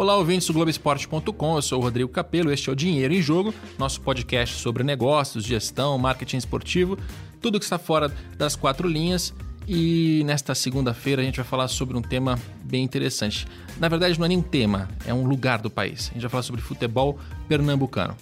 Olá, ouvintes do Globoesporte.com, eu sou o Rodrigo Capello, este é o Dinheiro em Jogo, nosso podcast sobre negócios, gestão, marketing esportivo, tudo que está fora das quatro linhas. E nesta segunda-feira a gente vai falar sobre um tema bem interessante. Na verdade não é nem um tema, é um lugar do país. A gente vai falar sobre futebol pernambucano.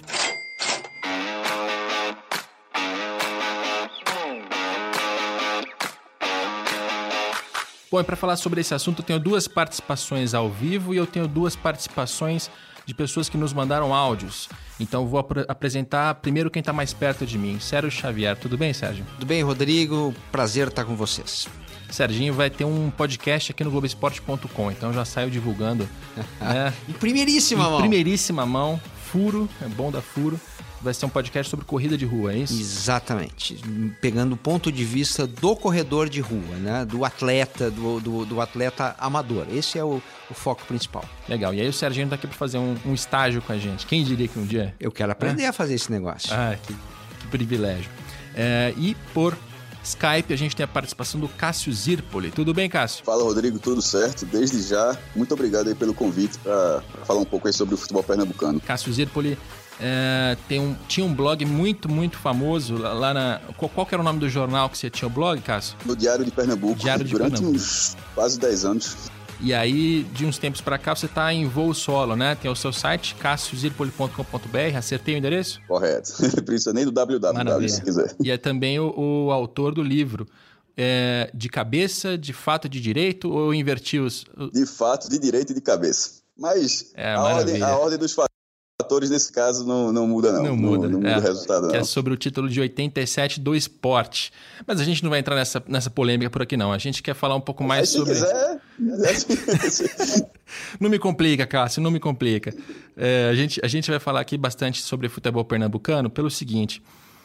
Bom, e para falar sobre esse assunto eu tenho duas participações ao vivo e eu tenho duas participações de pessoas que nos mandaram áudios. Então eu vou apresentar primeiro quem está mais perto de mim, Sérgio Xavier. Tudo bem, Sérgio? Tudo bem, Rodrigo. Prazer estar com vocês. Serginho vai ter um podcast aqui no Globoesporte.com, então já saiu divulgando. Né? Em primeiríssima mão. Em primeiríssima mão, furo, é bom dar furo. Vai ser um podcast sobre corrida de rua, é isso? Exatamente. Pegando o ponto de vista do corredor de rua, né? Do atleta, do atleta amador. Esse é o foco principal. Legal. E aí o Serginho está aqui para fazer um estágio com a gente. Quem diria que um dia... Eu quero aprender a fazer esse negócio. Ah, que privilégio. E por Skype a gente tem a participação do Cássio Zirpoli. Tudo bem, Cássio? Fala, Rodrigo. Tudo certo? Desde já, muito obrigado aí pelo convite para falar um pouco aí sobre o futebol pernambucano. Cássio Zirpoli tinha um blog muito famoso lá na... Qual que era o nome do jornal que você tinha o blog, Cássio? No Diário de Pernambuco. Durante uns quase 10 anos. E aí, de uns tempos para cá, você está em voo solo, né? Tem o seu site, cassiozirpoli.com.br. Acertei o endereço? Correto. Não precisa nem do www, se quiser. E é também o autor do livro. De cabeça, de fato, de direito, ou eu inverti os... De fato, de direito e de cabeça. Mas a ordem dos fatores, nesse caso, não muda, não. Não muda o resultado, não. Que é sobre o título de 87 do esporte. Mas a gente não vai entrar nessa polêmica por aqui, não. A gente quer falar um pouco mais sobre... Se quiser... Não me complica, Cássio, não me complica. A gente vai falar aqui bastante sobre futebol pernambucano pelo seguinte.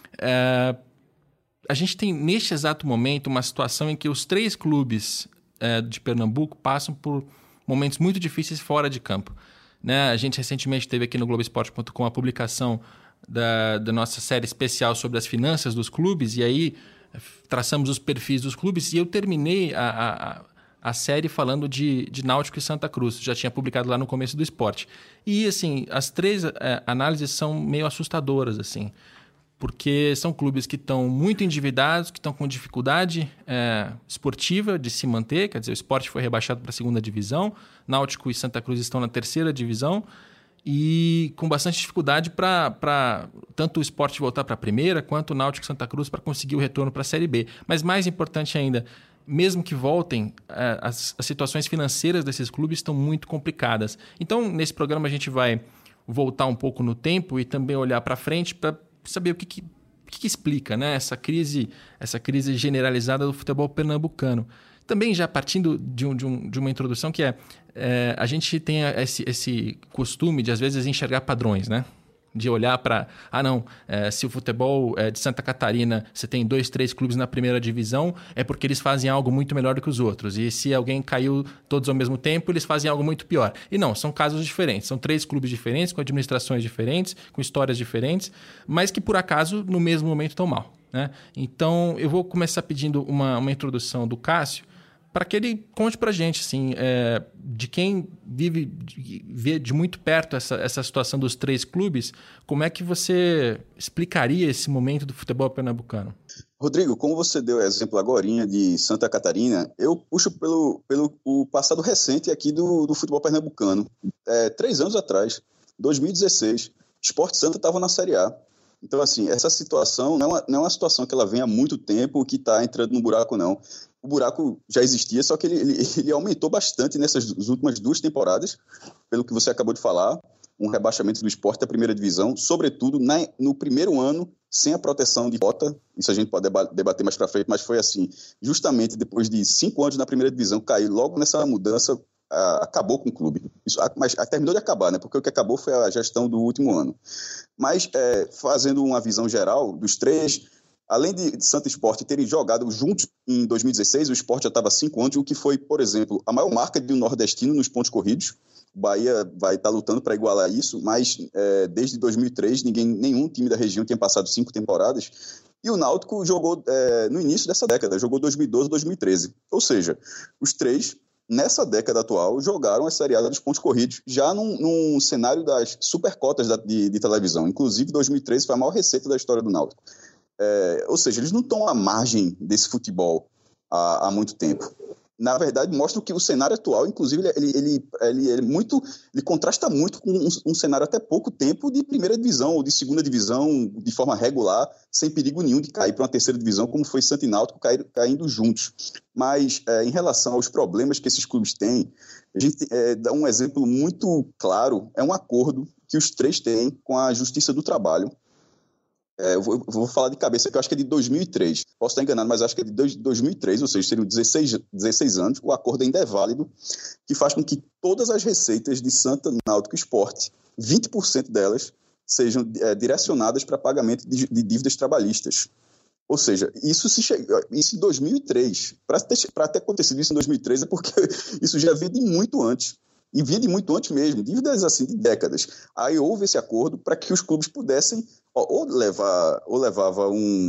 A gente tem, neste exato momento, uma situação em que os três clubes de Pernambuco passam por momentos muito difíceis fora de campo. Né? A gente recentemente teve aqui no Globoesporte.com a publicação da nossa série especial sobre as finanças dos clubes, e aí traçamos os perfis dos clubes, e eu terminei a série falando de Náutico e Santa Cruz. Já tinha publicado lá no começo do esporte. E, assim, as três análises são meio assustadoras, assim, porque são clubes que estão muito endividados, que estão com dificuldade esportiva de se manter. Quer dizer, o Sport foi rebaixado para a segunda divisão, Náutico e Santa Cruz estão na terceira divisão, e com bastante dificuldade para tanto o Sport voltar para a primeira, quanto o Náutico e Santa Cruz para conseguir o retorno para a Série B. Mas mais importante ainda, mesmo que voltem, as situações financeiras desses clubes estão muito complicadas. Então, nesse programa a gente vai voltar um pouco no tempo e também olhar para frente para saber o que explica, né, essa crise generalizada do futebol pernambucano. Também já partindo de uma introdução que a gente tem esse costume de, às vezes, enxergar padrões, né? De olhar para... se o futebol de Santa Catarina, você tem 2, 3 clubes na primeira divisão, é porque eles fazem algo muito melhor do que os outros. E se alguém caiu todos ao mesmo tempo, eles fazem algo muito pior. E não, são casos diferentes. São 3 clubes diferentes, com administrações diferentes, com histórias diferentes, mas que, por acaso, no mesmo momento estão mal. Né? Então, eu vou começar pedindo uma introdução do Cássio, para que ele conte para a gente, assim, de quem vê de muito perto essa situação dos 3 clubes, como é que você explicaria esse momento do futebol pernambucano? Rodrigo, como você deu exemplo agorinha de Santa Catarina, eu puxo pelo o passado recente aqui do futebol pernambucano. 3 anos atrás, 2016, Sport Santa estava na Série A. Então, assim, essa situação não é uma situação que ela vem há muito tempo, que está entrando no buraco, não. O buraco já existia, só que ele aumentou bastante nessas últimas 2 temporadas, pelo que você acabou de falar, um rebaixamento do Sport da primeira divisão, sobretudo no primeiro ano, sem a proteção de cota. Isso a gente pode debater mais para frente, mas foi assim, justamente depois de 5 anos na primeira divisão, cair logo nessa mudança, acabou com o clube. Mas terminou de acabar, né? Porque o que acabou foi a gestão do último ano. Mas, fazendo uma visão geral dos 3... Além de Santa Sport terem jogado juntos em 2016, o Sport já estava 5 anos, o que foi, por exemplo, a maior marca de um nordestino nos pontos corridos. O Bahia vai estar lutando para igualar isso, mas desde 2003 nenhum time da região tinha passado 5 temporadas. E o Náutico jogou no início dessa década, jogou 2012, 2013. Ou seja, os 3 nessa década atual, jogaram a Série A dos pontos corridos, já num cenário das supercotas de televisão. Inclusive, 2013 foi a maior receita da história do Náutico. Ou seja, eles não estão à margem desse futebol há muito tempo. Na verdade, mostra que o cenário atual, inclusive, ele contrasta muito com um cenário até pouco tempo de primeira divisão ou de segunda divisão, de forma regular, sem perigo nenhum de cair para uma terceira divisão, como foi Santa e Náutico caindo juntos. Mas, em relação aos problemas que esses clubes têm, a gente dá um exemplo muito claro, é um acordo que os três têm com a Justiça do Trabalho. Eu vou falar de cabeça, que eu acho que é de 2003. Posso estar enganado, mas acho que é de 2003, ou seja, seriam 16 anos. O acordo ainda é válido, que faz com que todas as receitas de Santa, Náutico e Sport, 20% delas, sejam direcionadas para pagamento de dívidas trabalhistas. Ou seja, isso em 2003. Para ter acontecido isso em 2003 é porque isso já vinha de muito antes. E vinha de muito antes mesmo, dívidas assim de décadas. Aí houve esse acordo para que os clubes pudessem ou levava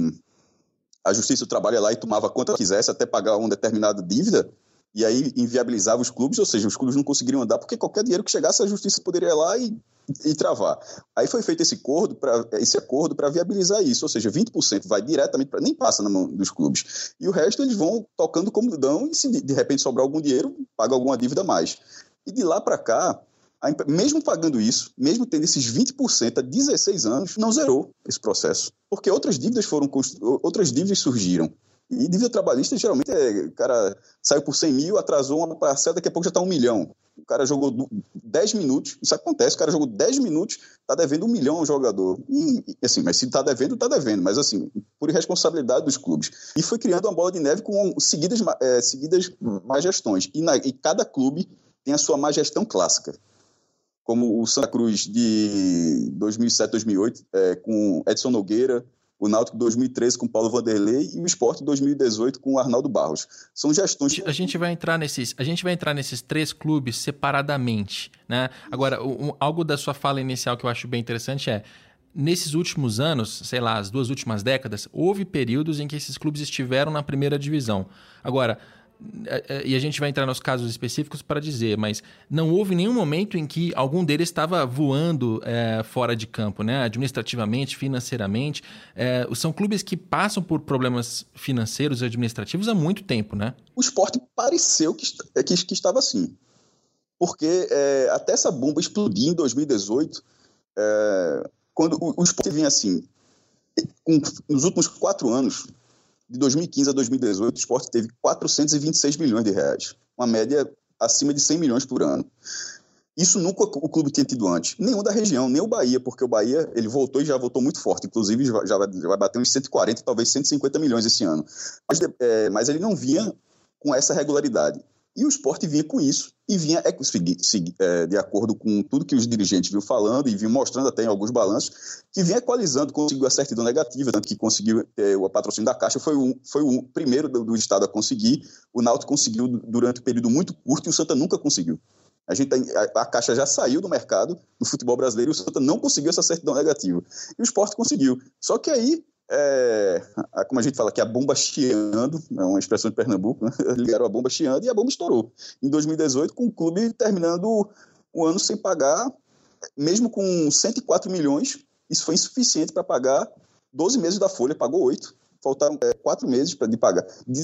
a Justiça do Trabalho lá e tomava quanto quisesse até pagar uma determinada dívida, e aí inviabilizava os clubes, ou seja, os clubes não conseguiriam andar porque qualquer dinheiro que chegasse a Justiça poderia ir lá e travar. Aí foi feito esse acordo para viabilizar isso, ou seja, 20% vai diretamente para, nem passa na mão dos clubes, e o resto eles vão tocando como dão, e se de repente sobrar algum dinheiro, paga alguma dívida a mais. E de lá para cá, mesmo pagando isso, mesmo tendo esses 20% há 16 anos, não zerou esse processo. Porque outras dívidas surgiram. E dívida trabalhista, geralmente, o cara saiu por 100 mil, atrasou uma parcela, daqui a pouco já está 1 milhão. O cara jogou 10 minutos, isso acontece, o cara jogou 10 minutos, está devendo 1 milhão ao jogador. E assim, mas se está devendo, mas assim, por irresponsabilidade dos clubes. E foi criando uma bola de neve com seguidas má gestões. E cada clube tem a sua má gestão clássica, como o Santa Cruz de 2007, 2008, com Edson Nogueira, o Náutico 2013 com Paulo Vanderlei e o Sport 2018 com o Arnaldo Barros. São gestões... A gente vai entrar nesses três clubes separadamente, né? Agora, algo da sua fala inicial que eu acho bem interessante nesses últimos anos, sei lá, as 2 últimas décadas, houve períodos em que esses clubes estiveram na primeira divisão. Agora, e a gente vai entrar nos casos específicos para dizer, mas não houve nenhum momento em que algum deles estava voando fora de campo, né? Administrativamente, financeiramente. São clubes que passam por problemas financeiros e administrativos há muito tempo, né? O Sport pareceu que estava assim. Porque até essa bomba explodir em 2018, quando o Sport vinha assim, nos últimos 4 anos, de 2015 a 2018, o Sport teve 426 milhões de reais, uma média acima de 100 milhões por ano. Isso nunca o clube tinha tido antes. Nenhum da região, nem o Bahia, porque o Bahia ele voltou e já voltou muito forte. Inclusive, já vai bater uns 140, talvez 150 milhões esse ano. Mas ele não vinha com essa regularidade. E o Sport vinha com isso, e vinha de acordo com tudo que os dirigentes vinham falando, e vinham mostrando até em alguns balanços, que vinha equalizando, conseguiu a certidão negativa, tanto que conseguiu o patrocínio da Caixa, foi o primeiro do Estado a conseguir. O Náutico conseguiu durante um período muito curto, e o Santa nunca conseguiu. A Caixa já saiu do mercado do futebol brasileiro, e o Santa não conseguiu essa certidão negativa. E o Sport conseguiu. Só que aí, como a gente fala aqui, a bomba chiando, é uma expressão de Pernambuco, né? Ligaram a bomba chiando e a bomba estourou. Em 2018, com o clube terminando o ano sem pagar, mesmo com 104 milhões, isso foi insuficiente para pagar 12 meses da folha, pagou 8, faltaram 4 meses de pagar.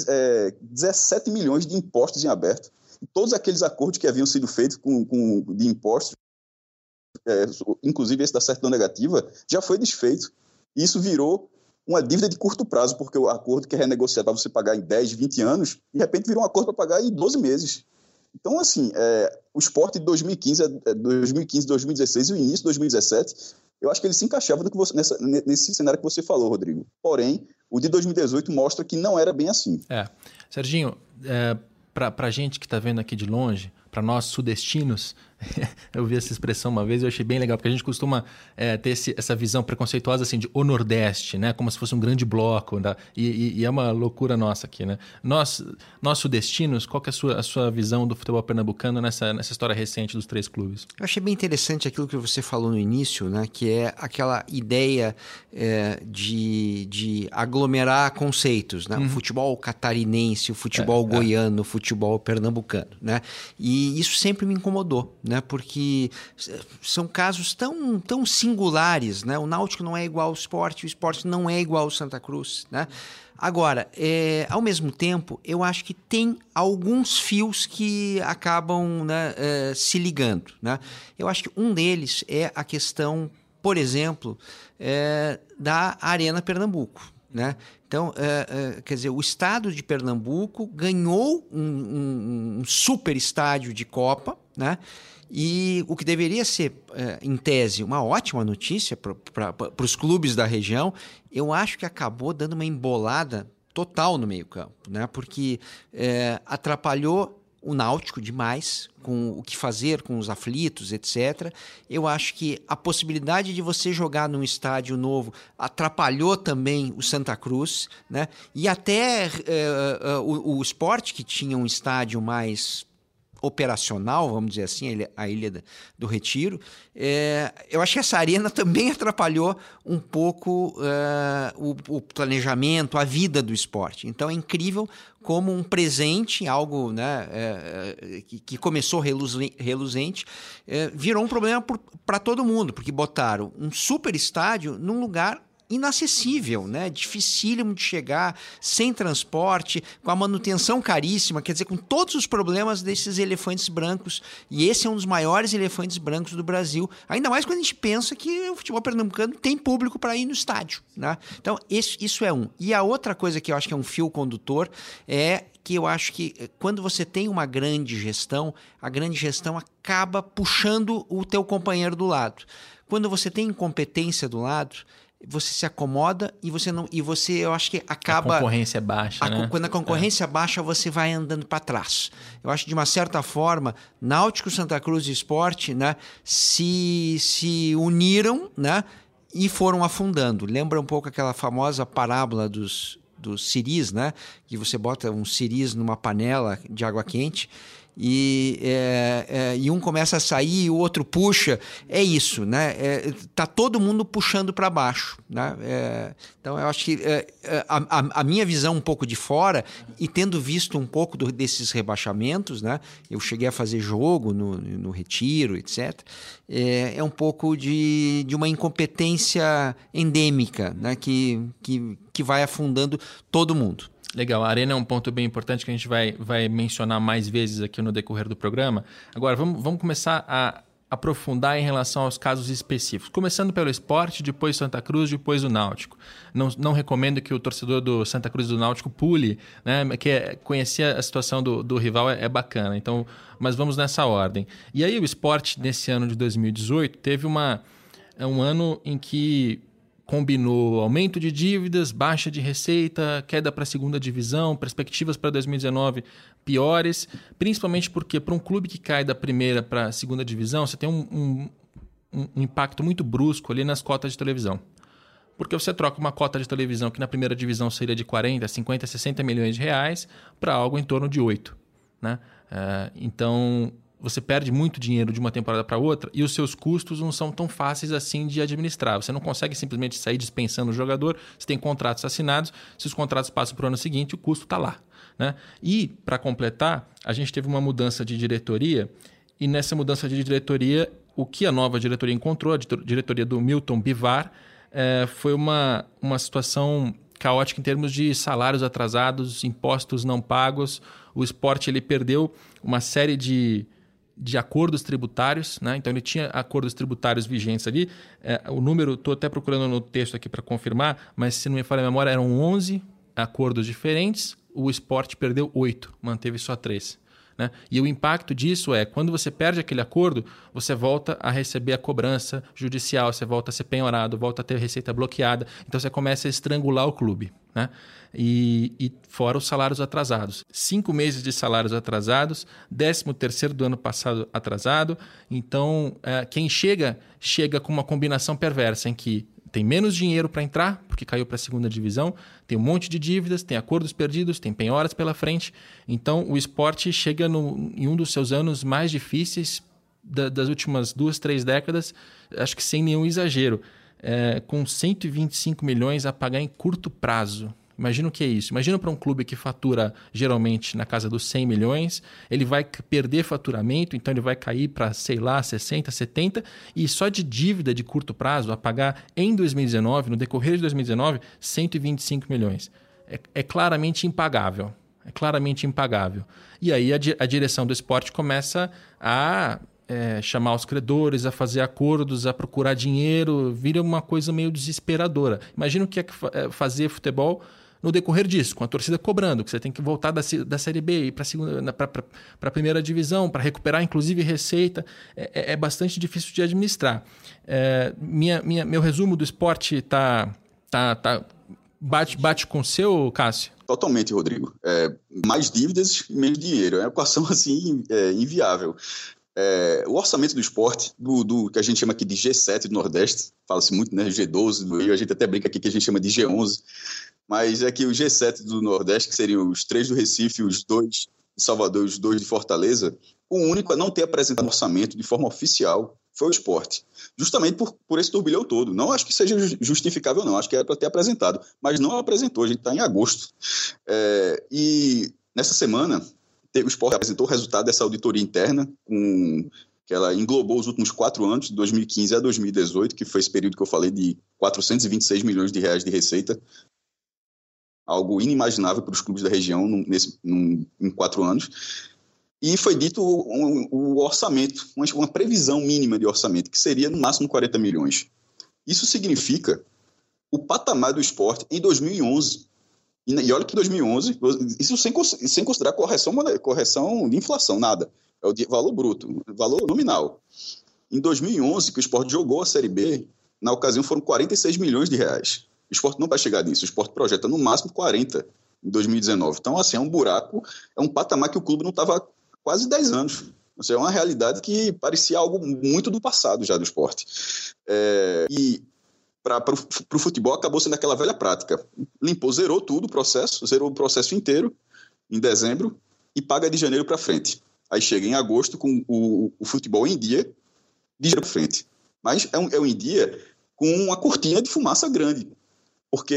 17 milhões de impostos em aberto. E todos aqueles acordos que haviam sido feitos de impostos, inclusive esse da certidão negativa, já foi desfeito. E isso virou uma dívida de curto prazo, porque o acordo que é renegociado para você pagar em 10, 20 anos, de repente virou um acordo para pagar em 12 meses. Então, assim, o Sport de 2015, 2016 e o início de 2017, eu acho que ele se encaixava nesse cenário que você falou, Rodrigo. Porém, o de 2018 mostra que não era bem assim. Serginho, para a gente que está vendo aqui de longe, para nós sudestinos, Eu vi essa expressão uma vez e eu achei bem legal, porque a gente costuma ter essa visão preconceituosa assim, de o Nordeste, né? Como se fosse um grande bloco. E é uma loucura nossa aqui, né? Nós sudestinos, qual que é a sua visão do futebol pernambucano nessa história recente dos 3 clubes? Eu achei bem interessante aquilo que você falou no início, né? Que é aquela ideia de aglomerar conceitos, né? O futebol catarinense, o futebol goiano, o futebol pernambucano, né? E isso sempre me incomodou, né? Porque são casos tão singulares, né? O Náutico não é igual ao Sport, o Sport não é igual ao Santa Cruz, né? Agora, ao mesmo tempo, eu acho que tem alguns fios que acabam, né, se ligando, né? Eu acho que um deles é a questão, por exemplo, da Arena Pernambuco, né? Então, quer dizer, o estado de Pernambuco ganhou um super estádio de Copa, né? E o que deveria ser, em tese, uma ótima notícia para os clubes da região, eu acho que acabou dando uma embolada total no meio-campo, né? Porque atrapalhou o Náutico demais com o que fazer com os aflitos, etc. Eu acho que a possibilidade de você jogar num estádio novo atrapalhou também o Santa Cruz, né? E até o Sport, que tinha um estádio mais operacional, vamos dizer assim, a Ilha do Retiro, eu acho que essa arena também atrapalhou um pouco o planejamento, a vida do esporte. Então é incrível como um presente, algo, né, que começou reluzente, virou um problema para todo mundo, porque botaram um super estádio num lugar inacessível, né? Dificílimo de chegar, sem transporte, com a manutenção caríssima, quer dizer, com todos os problemas desses elefantes brancos. E esse é um dos maiores elefantes brancos do Brasil, ainda mais quando a gente pensa que o futebol pernambucano tem público para ir no estádio, né? Então, isso é um. E a outra coisa que eu acho que é um fio condutor é que eu acho que quando você tem uma grande gestão, a grande gestão acaba puxando o teu companheiro do lado. Quando você tem incompetência do lado, você se acomoda e você eu acho que acaba... A concorrência é baixa, né? Quando a concorrência é baixa, você vai andando para trás. Eu acho que, de uma certa forma, Náutico, Santa Cruz e Sport, né, se uniram, né, e foram afundando. Lembra um pouco aquela famosa parábola dos siris, né? Que você bota um siris numa panela de água quente e um começa a sair e o outro puxa. É isso, né? Tá todo mundo puxando para baixo, né? Então eu acho que a minha visão um pouco de fora, e tendo visto um pouco desses rebaixamentos, né? Eu cheguei a fazer jogo no Retiro, etc. É um pouco de uma incompetência endêmica, né? Que vai afundando todo mundo. Legal, a Arena é um ponto bem importante que a gente vai mencionar mais vezes aqui no decorrer do programa. Agora, vamos começar a aprofundar em relação aos casos específicos. Começando pelo Sport, depois Santa Cruz, depois o Náutico. Não recomendo que o torcedor do Santa Cruz e do Náutico pule, né? Que conhecer a situação do rival é bacana. Então, mas vamos nessa ordem. E aí o Sport, nesse ano de 2018, teve um ano em que combinou aumento de dívidas, baixa de receita, queda para a segunda divisão, perspectivas para 2019 piores, principalmente porque para um clube que cai da primeira para a segunda divisão, você tem um impacto muito brusco ali nas cotas de televisão. Porque você troca uma cota de televisão que na primeira divisão seria de 40, 50, 60 milhões de reais para algo em torno de 8. Né? Então, você perde muito dinheiro de uma temporada para outra e os seus custos não são tão fáceis assim de administrar. Você não consegue simplesmente sair dispensando o jogador, você tem contratos assinados, se os contratos passam para o ano seguinte, o custo está lá. Né? E, para completar, a gente teve uma mudança de diretoria e nessa mudança de diretoria, o que a nova diretoria encontrou, a diretoria do Milton Bivar, foi uma situação caótica em termos de salários atrasados, impostos não pagos. O Sport ele perdeu uma série de acordos tributários, né? Então ele tinha acordos tributários vigentes ali. O número, estou até procurando no texto aqui para confirmar, mas se não me falha a memória, eram 11 acordos diferentes. O Sport perdeu 8, manteve só 3. né? E o impacto disso é, quando você perde aquele acordo, você volta a receber a cobrança judicial, você volta a ser penhorado, volta a ter receita bloqueada, então você começa a estrangular o clube, né? E fora os salários atrasados. 5 meses de salários atrasados, 13º do ano passado atrasado. Então, quem chega com uma combinação perversa em que tem menos dinheiro para entrar, porque caiu para a segunda divisão, tem um monte de dívidas, tem acordos perdidos, tem penhoras pela frente. Então, o Sport chega em um dos seus anos mais difíceis das últimas 2, 3 décadas, acho que sem nenhum exagero, com 125 milhões a pagar em curto prazo. Imagina o que é isso. Imagina para um clube que fatura geralmente na casa dos 100 milhões, ele vai perder faturamento, então ele vai cair para, sei lá, 60, 70, e só de dívida de curto prazo a pagar em 2019, no decorrer de 2019, 125 milhões. É claramente impagável. É claramente impagável. E aí a direção do Sport começa a chamar os credores, a fazer acordos, a procurar dinheiro, vira uma coisa meio desesperadora. Imagina o que é fazer futebol no decorrer disso, com a torcida cobrando, que você tem que voltar da Série B e ir para a primeira divisão, para recuperar, inclusive, receita. É bastante difícil de administrar. Meu resumo do Sport bate com o seu, Cássio? Totalmente, Rodrigo. Mais dívidas e menos dinheiro. É uma equação assim, inviável. O orçamento do Sport, do que a gente chama aqui de G7 do Nordeste, fala-se muito, né? G12 do Rio, a gente até brinca aqui que a gente chama de G11, mas é que o G7 do Nordeste, que seriam os 3 do Recife, os 2 de Salvador e os 2 de Fortaleza, o único a não ter apresentado orçamento de forma oficial foi o Sport, justamente por esse turbilhão todo. Não acho que seja justificável, não, acho que era para ter apresentado, mas não apresentou, a gente está em agosto. E nessa semana o Sport apresentou o resultado dessa auditoria interna, que ela englobou os últimos 4 anos, de 2015 a 2018, que foi esse período que eu falei de 426 milhões de reais de receita, algo inimaginável para os clubes da região em 4 anos. E foi dito o orçamento, uma previsão mínima de orçamento, que seria no máximo 40 milhões. Isso significa o patamar do Sport em 2011. E olha que 2011, isso sem considerar correção de inflação, nada. É o valor bruto, valor nominal. Em 2011, que o Sport jogou a Série B, na ocasião foram 46 milhões de reais. O Sport não vai chegar nisso, o Sport projeta no máximo 40 em 2019. Então, assim, é um buraco, é um patamar que o clube não estava há quase 10 anos. Assim, é uma realidade que parecia algo muito do passado já do Sport. E para o futebol acabou sendo aquela velha prática. Zerou tudo o processo, zerou o processo inteiro em dezembro e paga de janeiro para frente. Aí chega em agosto com o futebol em dia, de janeiro para frente. Mas é um em dia com uma cortina de fumaça grande. Porque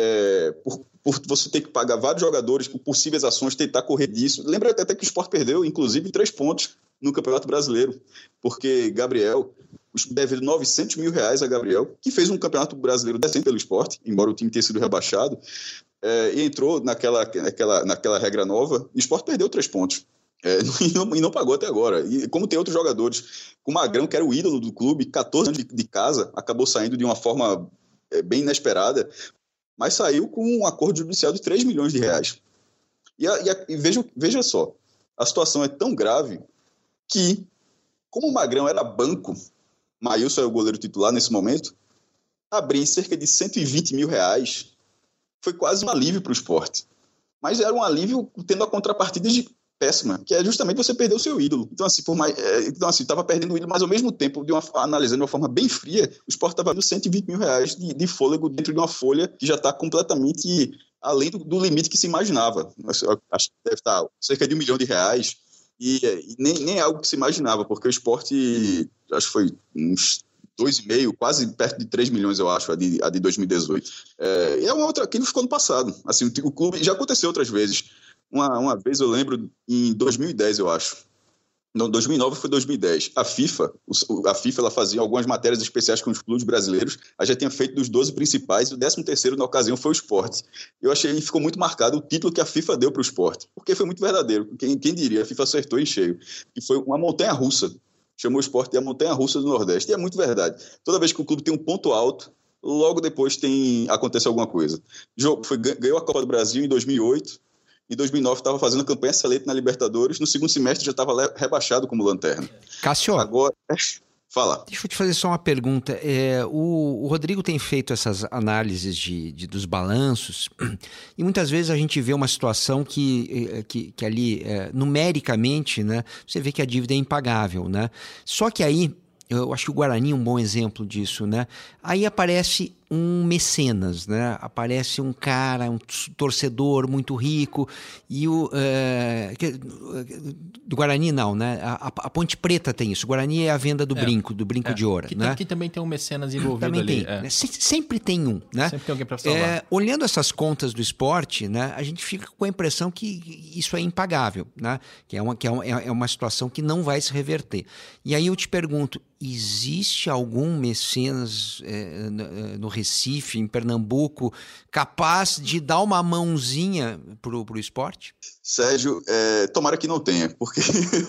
por você ter que pagar vários jogadores por possíveis ações, tentar correr disso. Lembra até que o Sport perdeu, inclusive, 3 pontos no Campeonato Brasileiro. Porque Gabriel, deve 900 mil reais a Gabriel, que fez um Campeonato Brasileiro decente pelo Sport, embora o time tenha sido rebaixado, e entrou naquela regra nova, e o Sport perdeu 3 pontos. E não pagou até agora. E como tem outros jogadores, o Magrão, que era o ídolo do clube, 14 anos de casa, acabou saindo de uma forma bem inesperada, mas saiu com um acordo judicial de 3 milhões de reais. E veja só, a situação é tão grave que, como o Magrão era banco, Maílson é o goleiro titular nesse momento, abrir cerca de 120 mil reais foi quase um alívio para o Sport. Mas era um alívio tendo a contrapartida de péssima, que é justamente você perder o seu ídolo. Então, assim, estava perdendo o ídolo, mas ao mesmo tempo, analisando de uma forma bem fria, o Sport estava dando 120 mil reais de fôlego dentro de uma folha que já está completamente além do limite que se imaginava. Acho que deve estar cerca de R$1 milhão, e nem é algo que se imaginava, porque o Sport, acho que foi uns 2,5, quase perto de 3 milhões, eu acho, a de 2018. E é uma outra, aquilo ficou no passado. Assim, o clube já aconteceu outras vezes. Uma vez eu lembro, em 2010, eu acho. Não, 2009 foi 2010. A FIFA ela fazia algumas matérias especiais com os clubes brasileiros. A já tinha feito dos 12 principais, e o 13º na ocasião foi o Sport. Eu achei que ficou muito marcado o título que a FIFA deu para o Sport, porque foi muito verdadeiro. Quem diria, a FIFA acertou em cheio. E foi uma montanha-russa. Chamou o Sport de a montanha-russa do Nordeste. E é muito verdade. Toda vez que o clube tem um ponto alto, logo depois acontece alguma coisa. Ganhou a Copa do Brasil em 2008, Em 2009 estava fazendo campanha excelente na Libertadores. No segundo semestre já estava rebaixado como lanterna. Cássio, agora, fala. Deixa eu te fazer só uma pergunta. O Rodrigo tem feito essas análises dos balanços e muitas vezes a gente vê uma situação que ali, numericamente, né, você vê que a dívida é impagável, né? Só que aí, eu acho que o Guarani é um bom exemplo disso, né? Aí aparece um mecenas, né? Aparece um cara, um torcedor muito rico e do Guarani não, né? A Ponte Preta tem isso. O Guarani é a venda do brinco de ouro, né? Aqui também tem um mecenas envolvido também ali. Tem, né? Sempre tem um, né? Sempre tem alguém para salvar. Olhando essas contas do esporte, né? A gente fica com a impressão que isso é impagável, né? Que é uma situação que não vai se reverter. E aí eu te pergunto, existe algum mecenas no Recife, em Pernambuco, capaz de dar uma mãozinha pro esporte? Sérgio, tomara que não tenha, porque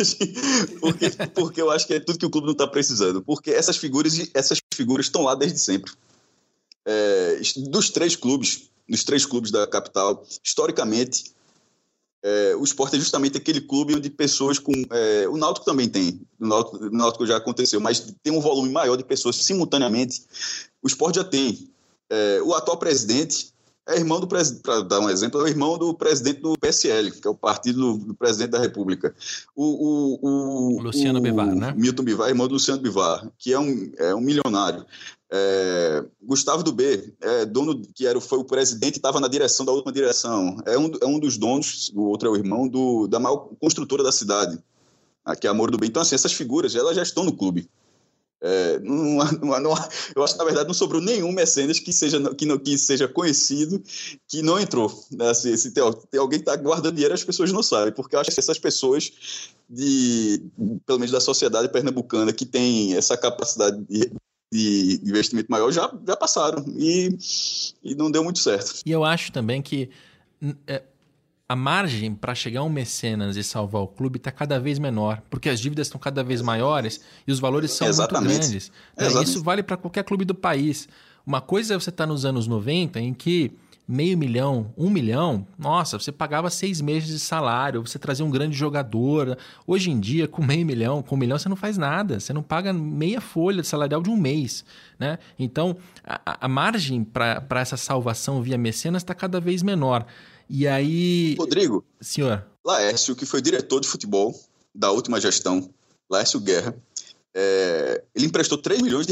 eu acho que é tudo que o clube não está precisando, porque essas figuras estão lá desde sempre. Dos três clubes da capital, historicamente, o Sport é justamente aquele clube onde pessoas com... o Náutico também tem, o Náutico já aconteceu, mas tem um volume maior de pessoas simultaneamente. O Sport já tem. O atual presidente é irmão do presidente, para dar um exemplo, é o irmão do presidente do PSL, que é o partido do presidente da República. O Luciano Bivar, né? Milton Bivar, irmão do Luciano Bivar, que é um milionário. Gustavo Dubé, foi o presidente e estava na direção da última direção. É um dos donos, o outro é o irmão da maior construtora da cidade, que é a Moro do Bem. Então, assim, essas figuras elas já estão no clube. Eu acho que, na verdade, não sobrou nenhum mecenas que seja conhecido que não entrou. Assim, se tem alguém que está guardando dinheiro, as pessoas não sabem, porque eu acho que essas pessoas, pelo menos da sociedade pernambucana, que tem essa capacidade de investimento maior, já passaram e não deu muito certo. E eu acho também que a margem para chegar a um mecenas e salvar o clube está cada vez menor, porque as dívidas estão cada vez maiores e os valores são muito grandes. Isso vale para qualquer clube do país. Uma coisa é você estar nos anos 90, em que $500 mil, $1 milhão, nossa, você pagava 6 meses de salário, você trazia um grande jogador. Hoje em dia, com $500 mil, com $1 milhão, você não faz nada. Você não paga meia folha de salarial de um mês, né? Então, a margem para essa salvação via mecenas está cada vez menor. E aí... Rodrigo, senhor. Laércio, que foi diretor de futebol da última gestão, Laércio Guerra, ele emprestou R$3 milhões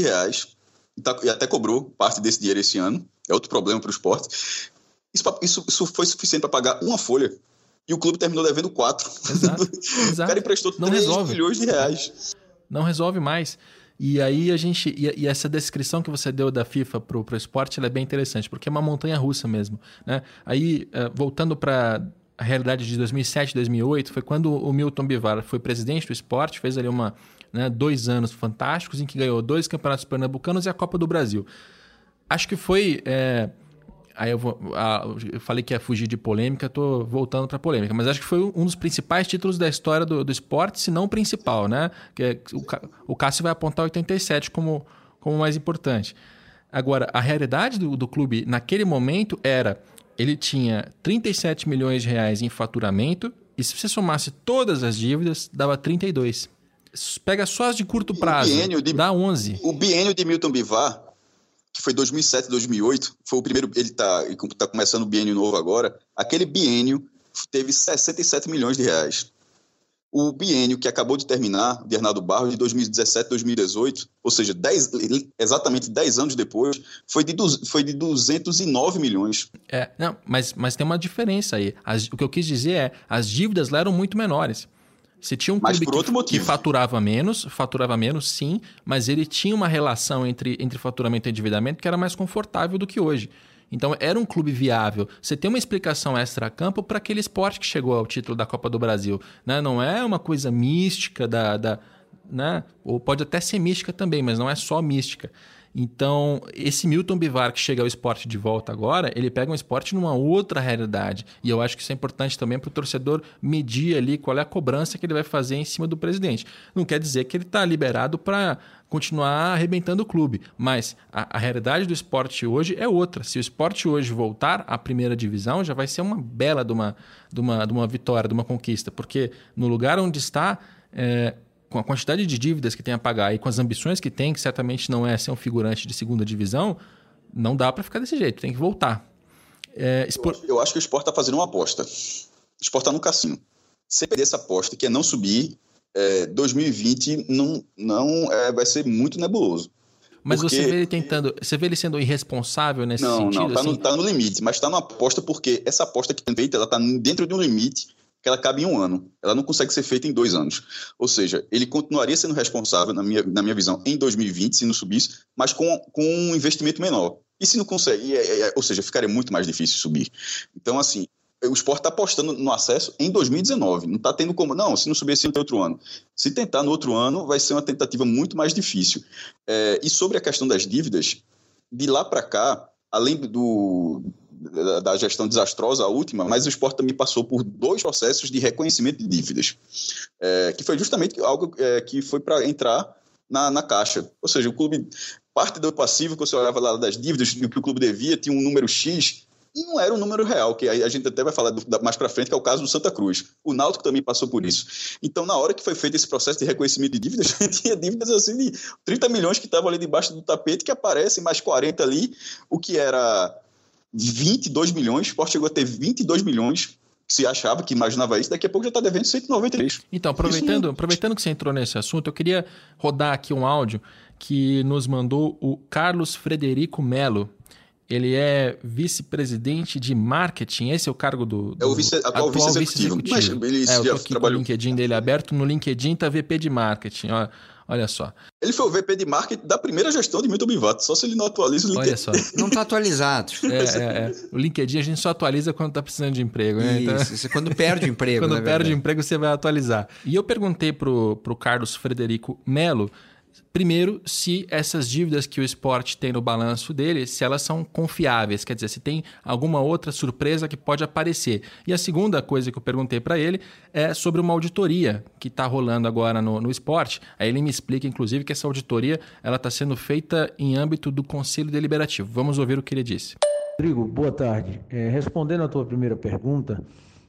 e até cobrou parte desse dinheiro esse ano. É outro problema para o esporte. Isso foi suficiente para pagar uma folha e o clube terminou devendo 4. Exato. O cara emprestou R$3 milhões. Não resolve mais. E aí e essa descrição que você deu da FIFA pro esporte, ela é bem interessante, porque é uma montanha russa mesmo, né? Aí, voltando para a realidade de 2007, 2008, foi quando o Milton Bivar foi presidente do esporte, fez ali 2 anos fantásticos em que ganhou 2 campeonatos pernambucanos e a Copa do Brasil. Acho que foi... Aí eu falei que ia fugir de polêmica, estou voltando para polêmica, mas acho que foi um dos principais títulos da história do esporte, se não o principal, né? Que o Cássio vai apontar 87 como mais importante. Agora, a realidade do clube naquele momento era, ele tinha R$37 milhões em faturamento e se você somasse todas as dívidas, dava 32. Pega só as de curto prazo, dá 11. O biênio de Milton Bivar, que foi 2007, 2008, foi o primeiro, ele tá começando o biênio novo agora, aquele biênio teve R$67 milhões. O biênio que acabou de terminar, de Arnaldo Barros, de 2017, 2018, ou seja, exatamente 10 anos depois, foi de 209 milhões. Não, mas tem uma diferença aí. O que eu quis dizer é, as dívidas lá eram muito menores. Você tinha um clube que faturava menos, sim, mas ele tinha uma relação entre faturamento e endividamento que era mais confortável do que hoje. Então, era um clube viável. Você tem uma explicação extra-campo para aquele esporte que chegou ao título da Copa do Brasil, né? Não é uma coisa mística né? Ou pode até ser mística também, mas não é só mística. Então, esse Milton Bivar que chega ao esporte de volta agora, ele pega um esporte numa outra realidade. E eu acho que isso é importante também para o torcedor medir ali qual é a cobrança que ele vai fazer em cima do presidente. Não quer dizer que ele está liberado para continuar arrebentando o clube, mas a realidade do esporte hoje é outra. Se o esporte hoje voltar à primeira divisão, já vai ser uma bela de uma vitória, de uma conquista, porque no lugar onde está... com a quantidade de dívidas que tem a pagar e com as ambições que tem, que certamente não é ser um figurante de segunda divisão, não dá para ficar desse jeito, tem que voltar. Eu acho que o Sport está fazendo uma aposta. O Sport está no cassino. Se perder essa aposta, que é não subir, 2020 vai ser muito nebuloso. Mas porque... você vê ele sendo irresponsável nesse sentido? Não, tá no limite, mas está numa aposta porque essa aposta que tem feita, ela está dentro de um limite que ela cabe em 1 ano. Ela não consegue ser feita em 2 anos. Ou seja, ele continuaria sendo responsável, na minha visão, em 2020, se não subisse, mas com um investimento menor. E se não consegue, ou seja, ficaria muito mais difícil subir. Então, assim, o Sport está apostando no acesso em 2019. Não está tendo como... Não, se não subir esse outro ano. Se tentar no outro ano, vai ser uma tentativa muito mais difícil. E sobre a questão das dívidas, de lá para cá, além da gestão desastrosa, a última, mas o Sport também passou por 2 processos de reconhecimento de dívidas, que foi justamente algo que foi para entrar na caixa. Ou seja, o clube, parte do passivo que você olhava lá das dívidas, que o clube devia, tinha um número X, e não era um número real, que a gente até vai falar mais para frente, que é o caso do Santa Cruz. O Náutico também passou por isso. Então, na hora que foi feito esse processo de reconhecimento de dívidas, tinha dívidas assim de 30 milhões que estavam ali debaixo do tapete, que aparecem mais 40 ali, o que era 22 milhões, o Sport chegou a ter 22 milhões, se achava, que imaginava isso, daqui a pouco já está devendo 193. Então, aproveitando que você entrou nesse assunto, eu queria rodar aqui um áudio que nos mandou o Carlos Frederico Melo. Ele é vice-presidente de marketing, esse é o cargo do atual vice-executivo. Mas ele eu tô aqui trabalhou com o LinkedIn dele aberto, no LinkedIn tá VP de marketing, olha só. Ele foi o VP de marketing da primeira gestão de Milton Bivar, só se ele não atualiza o LinkedIn. Olha só. Não está atualizado. O LinkedIn a gente só atualiza quando está precisando de emprego. Né? Isso, quando perde o emprego. Quando perde o emprego, você vai atualizar. E eu perguntei pro Carlos Frederico Melo, primeiro, se essas dívidas que o Sport tem no balanço dele, se elas são confiáveis, quer dizer, se tem alguma outra surpresa que pode aparecer. E a segunda coisa que eu perguntei para ele é sobre uma auditoria que está rolando agora no Sport. Aí ele me explica, inclusive, que essa auditoria está sendo feita em âmbito do Conselho Deliberativo. Vamos ouvir o que ele disse. Rodrigo, boa tarde. Respondendo à tua primeira pergunta,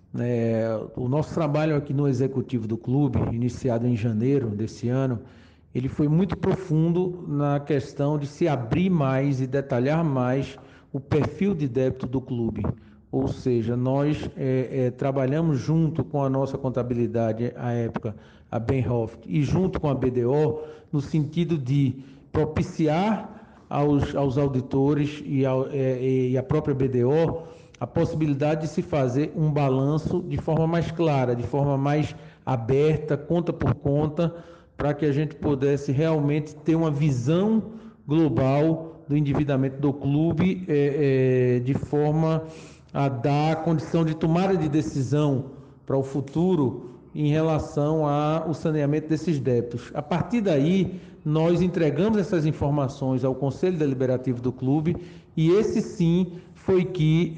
o nosso trabalho aqui no Executivo do Clube, iniciado em janeiro desse ano, ele foi muito profundo na questão de se abrir mais e detalhar mais o perfil de débito do clube. Ou seja, nós trabalhamos junto com a nossa contabilidade, à época, a Benhoff, e junto com a BDO, no sentido de propiciar aos auditores e à própria BDO a possibilidade de se fazer um balanço de forma mais clara, de forma mais aberta, conta por conta, para que a gente pudesse realmente ter uma visão global do endividamento do clube, de forma a dar condição de tomada de decisão para o futuro em relação ao saneamento desses débitos. A partir daí, nós entregamos essas informações ao Conselho Deliberativo do clube e esse sim foi que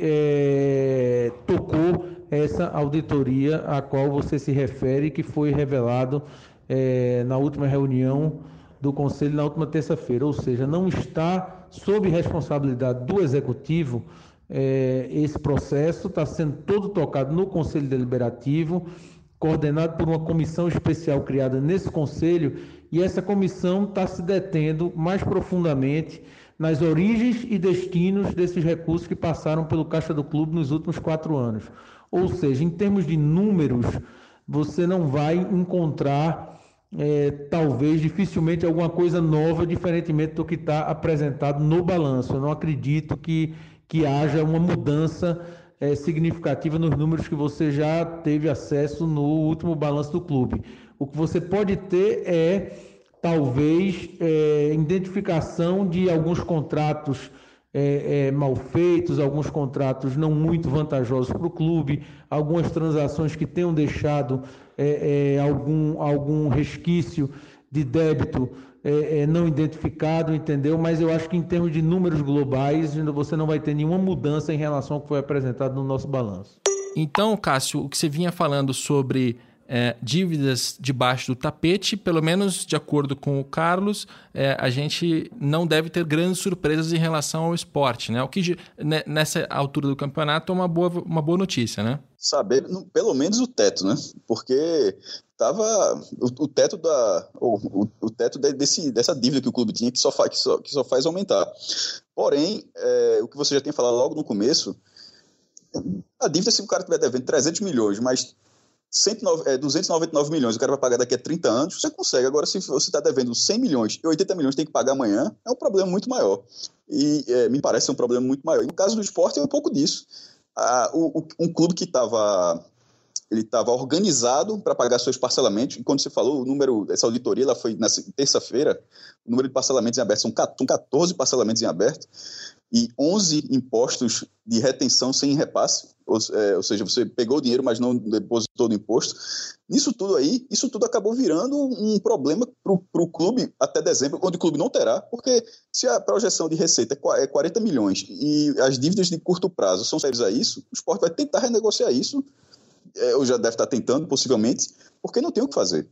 tocou essa auditoria a qual você se refere, que foi revelado na última reunião do Conselho, na última terça-feira. Ou seja, não está sob responsabilidade do Executivo esse processo, está sendo todo tocado no Conselho Deliberativo, coordenado por uma comissão especial criada nesse Conselho, e essa comissão está se detendo mais profundamente nas origens e destinos desses recursos que passaram pelo Caixa do Clube nos últimos 4 anos. Ou seja, em termos de números, você não vai encontrar, talvez, dificilmente, alguma coisa nova, diferentemente do que está apresentado no balanço. Eu não acredito que haja uma mudança significativa nos números que você já teve acesso no último balanço do clube. O que você pode ter talvez, identificação de alguns contratos mal feitos, alguns contratos não muito vantajosos para o clube, algumas transações que tenham deixado algum resquício de débito não identificado, entendeu? Mas eu acho que em termos de números globais, você não vai ter nenhuma mudança em relação ao que foi apresentado no nosso balanço. Então, Cássio, o que você vinha falando sobre dívidas debaixo do tapete, pelo menos de acordo com o Carlos, a gente não deve ter grandes surpresas em relação ao esporte, né? O que nessa altura do campeonato é uma boa notícia, né? Saber pelo menos o teto, né? Porque tava o teto dessa dívida que o clube tinha que só faz aumentar. Porém, o que você já tinha falado logo no começo, a dívida, se o cara estiver devendo 300 milhões, mas 299 milhões o cara vai pagar daqui a 30 anos, você consegue. Agora, se você está devendo 100 milhões e 80 milhões tem que pagar amanhã, é um problema muito maior. E me parece ser um problema muito maior. E no caso do esporte é um pouco disso. Um clube que estava organizado para pagar seus parcelamentos, e quando você falou o número dessa auditoria, ela foi na terça-feira, o número de parcelamentos em aberto são 14 parcelamentos em aberto e 11 impostos de retenção sem repasse, ou seja, você pegou o dinheiro, mas não depositou no imposto. Isso tudo acabou virando um problema para o clube até dezembro, onde o clube não terá, porque se a projeção de receita é 40 milhões e as dívidas de curto prazo são sérias a isso, o Sport vai tentar renegociar isso, ou já deve estar tentando, possivelmente, porque não tem o que fazer.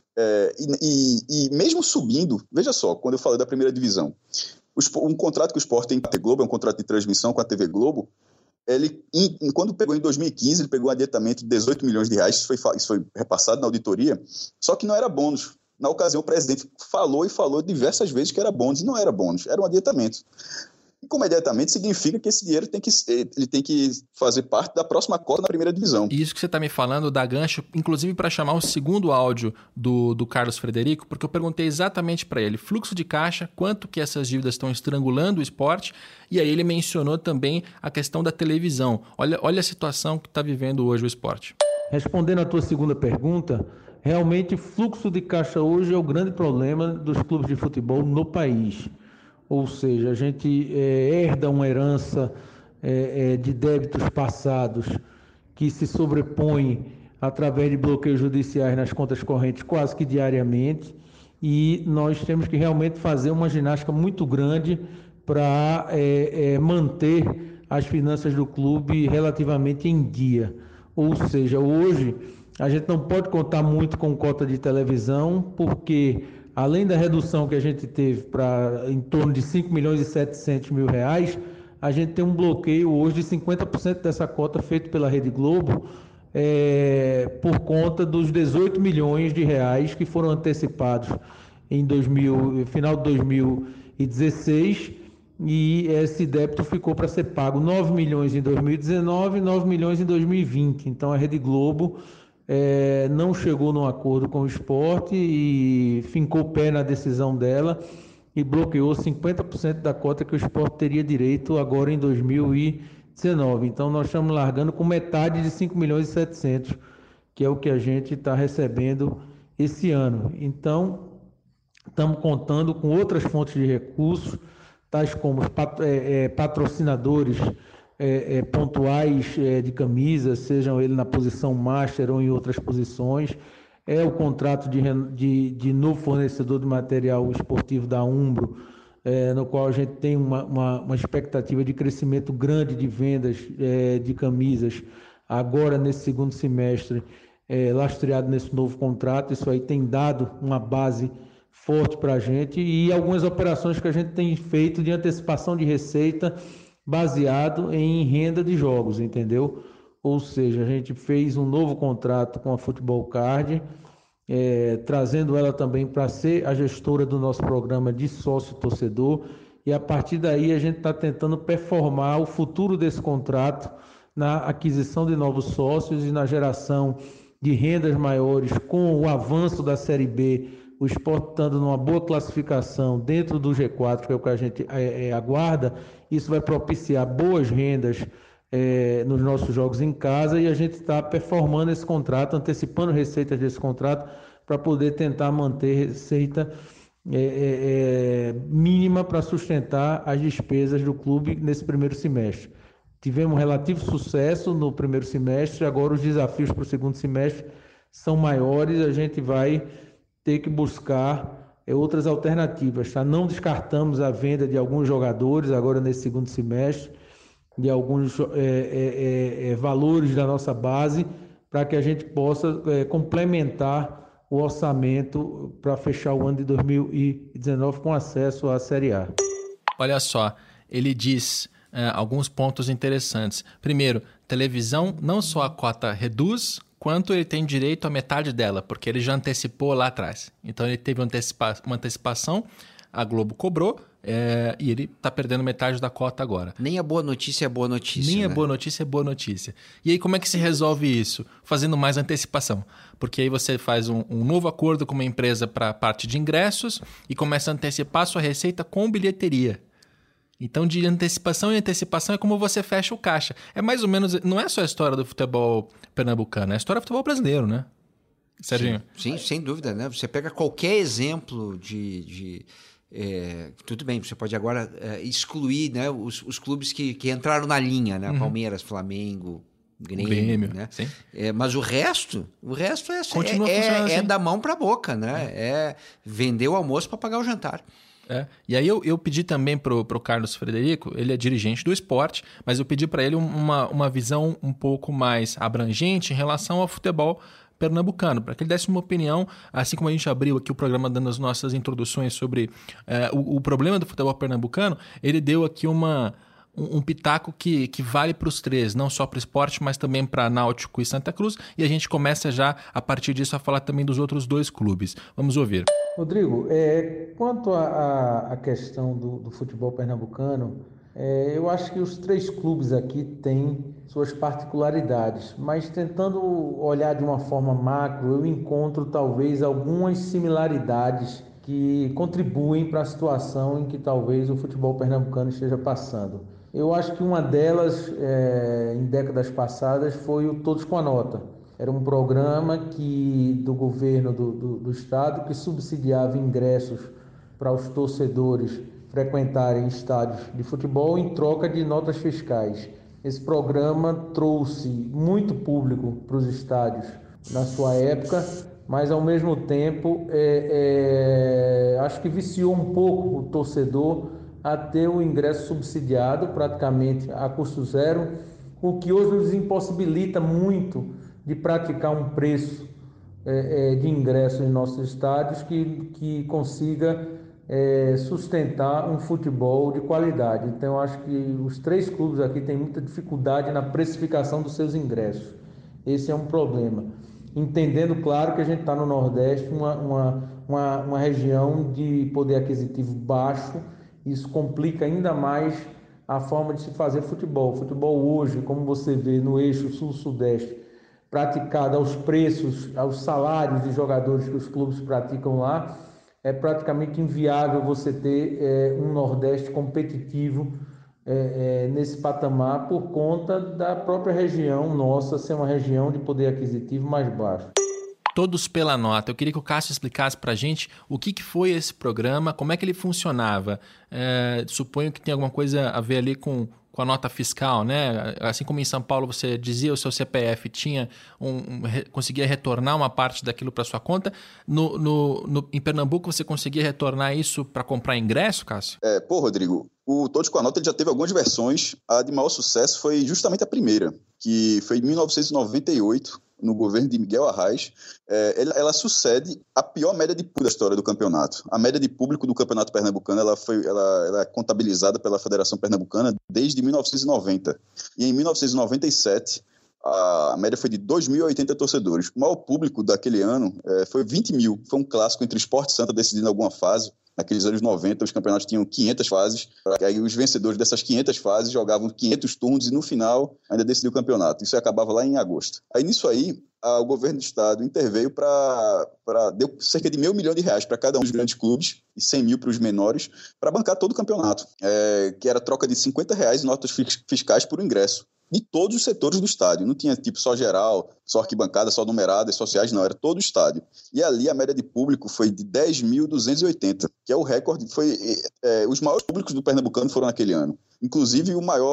E mesmo subindo, veja só, quando eu falei da primeira divisão, um contrato que o Sport tem com a TV Globo, é um contrato de transmissão com a TV Globo, quando pegou em 2015, ele pegou um adiantamento de 18 milhões de reais, isso foi repassado na auditoria, só que não era bônus. Na ocasião, o presidente falou diversas vezes que era bônus, e não era bônus, era um adiantamento. E como adiantamento, significa que esse dinheiro tem que fazer parte da próxima cota na primeira divisão. Isso que você está me falando dá gancho, inclusive para chamar o segundo áudio do Carlos Frederico, porque eu perguntei exatamente para ele, fluxo de caixa, quanto que essas dívidas estão estrangulando o esporte, e aí ele mencionou também a questão da televisão. Olha a situação que está vivendo hoje o esporte. Respondendo à tua segunda pergunta, realmente fluxo de caixa hoje é o grande problema dos clubes de futebol no país. Ou seja, a gente herda uma herança de débitos passados que se sobrepõe através de bloqueios judiciais nas contas correntes quase que diariamente, e nós temos que realmente fazer uma ginástica muito grande para manter as finanças do clube relativamente em dia. Ou seja, hoje a gente não pode contar muito com cota de televisão, porque além da redução que a gente teve para em torno de 5 milhões e 700 mil reais, a gente tem um bloqueio hoje de 50% dessa cota feito pela Rede Globo, por conta dos 18 milhões de reais que foram antecipados em final de 2016, e esse débito ficou para ser pago 9 milhões em 2019 e 9 milhões em 2020. Então a Rede Globo não chegou num acordo com o Sport e fincou o pé na decisão dela e bloqueou 50% da cota que o Sport teria direito agora em 2019. Então nós estamos largando com metade de 5 milhões e 700, que é o que a gente está recebendo esse ano. Então estamos contando com outras fontes de recursos, tais como patrocinadores pontuais de camisas, sejam ele na posição master ou em outras posições, o contrato de novo fornecedor de material esportivo da Umbro, no qual a gente tem uma expectativa de crescimento grande de vendas de camisas agora nesse segundo semestre, lastreado nesse novo contrato. Isso aí tem dado uma base forte para a gente, e algumas operações que a gente tem feito de antecipação de receita baseado em renda de jogos, entendeu? Ou seja, a gente fez um novo contrato com a Futebol Card, trazendo ela também para ser a gestora do nosso programa de sócio-torcedor, e a partir daí a gente está tentando performar o futuro desse contrato na aquisição de novos sócios e na geração de rendas maiores. Com o avanço da Série B, o Sport estando numa boa classificação dentro do G4, que é o que a gente aguarda, isso vai propiciar boas rendas nos nossos jogos em casa, e a gente está performando esse contrato, antecipando receitas desse contrato, para poder tentar manter receita mínima para sustentar as despesas do clube nesse primeiro semestre. Tivemos relativo sucesso no primeiro semestre, agora os desafios para o segundo semestre são maiores, a gente vai ter que buscar outras alternativas. Tá? Não descartamos a venda de alguns jogadores agora nesse segundo semestre, de alguns valores da nossa base, para que a gente possa complementar o orçamento para fechar o ano de 2019 com acesso à Série A. Olha só, ele diz alguns pontos interessantes. Primeiro, televisão, não só a cota reduz, quanto ele tem direito à metade dela, porque ele já antecipou lá atrás. Então ele teve uma antecipação, a Globo cobrou, e ele está perdendo metade da cota agora. Nem a boa notícia é boa notícia. Nem a boa notícia é boa notícia. E aí como é que se resolve isso? Fazendo mais antecipação. Porque aí você faz um novo acordo com uma empresa para a parte de ingressos e começa a antecipar a sua receita com bilheteria. Então, de antecipação em antecipação é como você fecha o caixa. É mais ou menos... Não é só a história do futebol pernambucano, é a história do futebol brasileiro, né? Serginho? Sim, sem dúvida, né? Você pega qualquer exemplo tudo bem, você pode agora excluir, né, os clubes que entraram na linha, né? Palmeiras, Flamengo, Grêmio, né? Sim. Mas o resto continua funcionando assim. Da mão para a boca, né? É vender o almoço para pagar o jantar. E aí eu pedi também pro Carlos Frederico, ele é dirigente do esporte, mas eu pedi para ele uma visão um pouco mais abrangente em relação ao futebol pernambucano, para que ele desse uma opinião, assim como a gente abriu aqui o programa dando as nossas introduções sobre o problema do futebol pernambucano, ele deu aqui um pitaco que vale para os três, não só para o esporte, mas também para Náutico e Santa Cruz, e a gente começa já, a partir disso, a falar também dos outros dois clubes. Vamos ouvir. Rodrigo, quanto à questão do futebol pernambucano, eu acho que os três clubes aqui têm suas particularidades, mas tentando olhar de uma forma macro, eu encontro talvez algumas similaridades que contribuem para a situação em que talvez o futebol pernambucano esteja passando. Eu acho que uma delas, em décadas passadas, foi o Todos com a Nota. Era um programa do governo do estado que subsidiava ingressos para os torcedores frequentarem estádios de futebol em troca de notas fiscais. Esse programa trouxe muito público para os estádios na sua época, mas ao mesmo tempo acho que viciou um pouco o torcedor a ter o ingresso subsidiado praticamente a custo zero, o que hoje nos impossibilita muito de praticar um preço de ingresso em nossos estádios que consiga sustentar um futebol de qualidade. Então, eu acho que os três clubes aqui têm muita dificuldade na precificação dos seus ingressos. Esse é um problema. Entendendo, claro, que a gente está no Nordeste, uma região de poder aquisitivo baixo, isso complica ainda mais a forma de se fazer futebol. O futebol hoje, como você vê no eixo sul-sudeste, praticado aos preços, aos salários de jogadores que os clubes praticam lá, é praticamente inviável você ter um Nordeste competitivo nesse patamar por conta da própria região nossa ser uma região de poder aquisitivo mais baixo. Todos pela Nota. Eu queria que o Cássio explicasse para a gente o que foi esse programa, como é que ele funcionava. Suponho que tem alguma coisa a ver ali com a nota fiscal, né? Assim como em São Paulo você dizia o seu CPF conseguia retornar uma parte daquilo para sua conta. Em Pernambuco você conseguia retornar isso para comprar ingresso, Cássio? Rodrigo, o Todos com a Nota ele já teve algumas versões. A de maior sucesso foi justamente a primeira, que foi em 1998, no governo de Miguel Arraes. Ela sucede a pior média de público da história do campeonato. A média de público do campeonato pernambucano ela é contabilizada pela Federação Pernambucana desde 1990. E em 1997, a média foi de 2.080 torcedores. O maior público daquele ano foi 20 mil. Foi um clássico entre Sport e Santa decidindo alguma fase. Naqueles anos 90, os campeonatos tinham 500 fases. Aí os vencedores dessas 500 fases jogavam 500 turnos e no final ainda decidiu o campeonato. Isso acabava lá em agosto. Aí nisso aí, o governo do estado interveio deu cerca de R$500 milhões para cada um dos grandes clubes e 100 mil para os menores para bancar todo o campeonato, que era troca de R$50 em notas fiscais por ingresso. De todos os setores do estádio. Não tinha tipo só geral, só arquibancada, só numerada, sociais, não. Era todo o estádio. E ali a média de público foi de 10.280, que é o recorde. Os maiores públicos do Pernambucano foram naquele ano. Inclusive o maior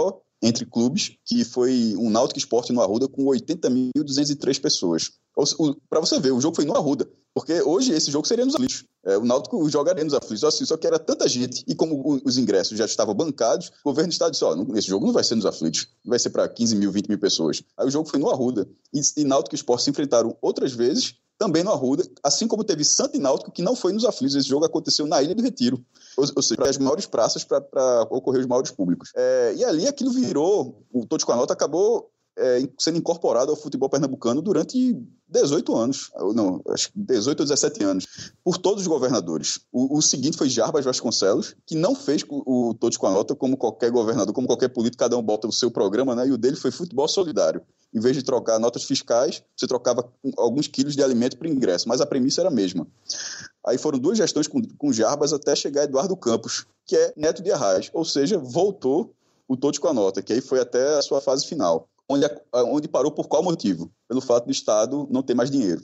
entre clubes, que foi um Náutico Sport no Arruda com 80.203 pessoas. Para você ver, o jogo foi no Arruda, porque hoje esse jogo seria nos aflitos. O Náutico jogaria nos aflitos, assim, só que era tanta gente, e como os ingressos já estavam bancados, o governo do estado disse, esse jogo não vai ser nos aflitos, vai ser para 15 mil, 20 mil pessoas. Aí o jogo foi no Arruda, e Náutico e Sport se enfrentaram outras vezes, também no Arruda, assim como teve Santa e Náutico, que não foi nos aflitos. Esse jogo aconteceu na Ilha do Retiro, ou seja, para as maiores praças, para ocorrer os maiores públicos. E ali aquilo virou, o Todos com a Nota acabou sendo incorporado ao futebol pernambucano durante 18 anos, não, acho que 18 ou 17 anos, por todos os governadores. O seguinte foi Jarbas Vasconcelos, que não fez o Todos com a Nota como qualquer governador, como qualquer político, cada um bota o seu programa, né? E o dele foi futebol solidário. Em vez de trocar notas fiscais, você trocava alguns quilos de alimento por ingresso, mas a premissa era a mesma. Aí foram 2 gestões com Jarbas até chegar Eduardo Campos, que é neto de Arraes, ou seja, voltou o Todos com a Nota, que aí foi até a sua fase final. Onde parou por qual motivo? Pelo fato do Estado não ter mais dinheiro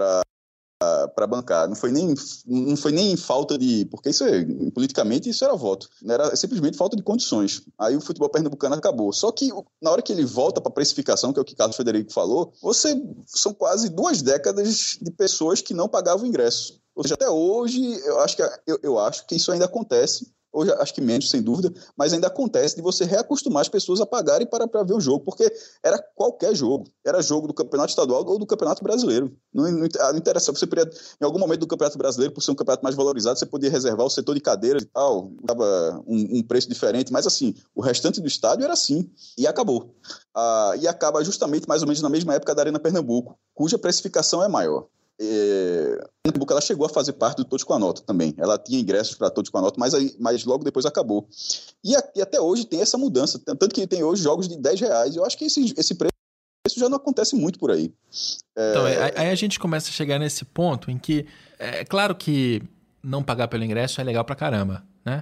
para bancar. Não foi nem falta de... Porque politicamente isso era voto. Era simplesmente falta de condições. Aí o futebol pernambucano acabou. Só que na hora que ele volta para a precificação, que é o que Carlos Frederico falou, são quase 2 décadas de pessoas que não pagavam ingresso. Ou seja, até hoje eu acho que isso ainda acontece. Hoje acho que menos, sem dúvida, mas ainda acontece de você reacostumar as pessoas a pagarem para ver o jogo, porque era qualquer jogo. Era jogo do Campeonato Estadual ou do Campeonato Brasileiro. Não interessa. Você poderia, em algum momento do Campeonato Brasileiro, por ser um campeonato mais valorizado, você podia reservar o setor de cadeiras e tal, dava um preço diferente, mas assim, o restante do estádio era assim, e acabou. E acaba justamente mais ou menos na mesma época da Arena Pernambuco, cuja precificação é maior. Pernambuco, ela chegou a fazer parte do Todos com a Nota também. Ela tinha ingressos para Todos com a Nota, mas logo depois acabou. E até hoje tem essa mudança, tanto que tem hoje jogos de R$10. Eu acho que esse preço já não acontece muito por aí. Então, aí a gente começa a chegar nesse ponto em que é claro que não pagar pelo ingresso é legal pra caramba, né?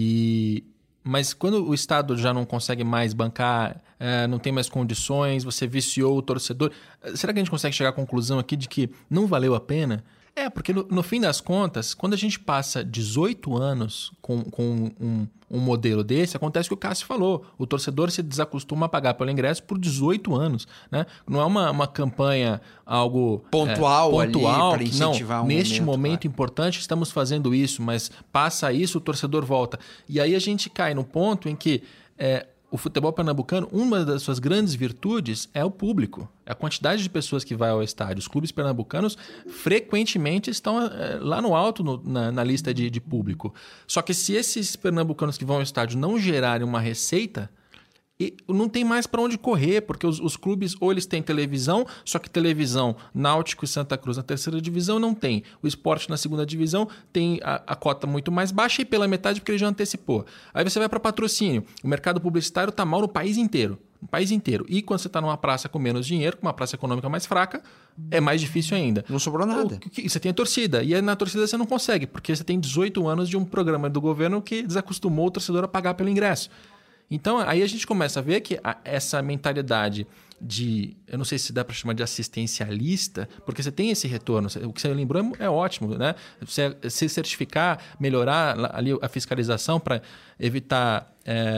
Mas quando o Estado já não consegue mais bancar, não tem mais condições, você viciou o torcedor, será que a gente consegue chegar à conclusão aqui de que não valeu a pena? Porque no fim das contas, quando a gente passa 18 anos com um modelo desse, acontece o que o Cássio falou. O torcedor se desacostuma a pagar pelo ingresso por 18 anos. Né? Não é uma campanha algo pontual ali para incentivar neste momento importante estamos fazendo isso, mas passa isso, o torcedor volta. E aí a gente cai no ponto em que o futebol pernambucano, uma das suas grandes virtudes é o público. A quantidade de pessoas que vai ao estádio. Os clubes pernambucanos frequentemente estão lá no alto na lista de público. Só que se esses pernambucanos que vão ao estádio não gerarem uma receita, não tem mais para onde correr, porque os clubes ou eles têm televisão, só que televisão, Náutico e Santa Cruz na 3ª divisão não tem. O Sport na 2ª divisão tem a cota muito mais baixa e pela metade porque ele já antecipou. Aí você vai para patrocínio. O mercado publicitário está mal no país inteiro. No país inteiro. E quando você está numa praça com menos dinheiro, com uma praça econômica mais fraca, é mais difícil ainda. Não sobrou nada. Você tem a torcida. E aí na torcida você não consegue, porque você tem 18 anos de um programa do governo que desacostumou o torcedor a pagar pelo ingresso. Então, aí a gente começa a ver que essa mentalidade eu não sei se dá para chamar de assistencialista, porque você tem esse retorno. O que você lembrou é ótimo, né? Você se certificar, melhorar ali a fiscalização para evitar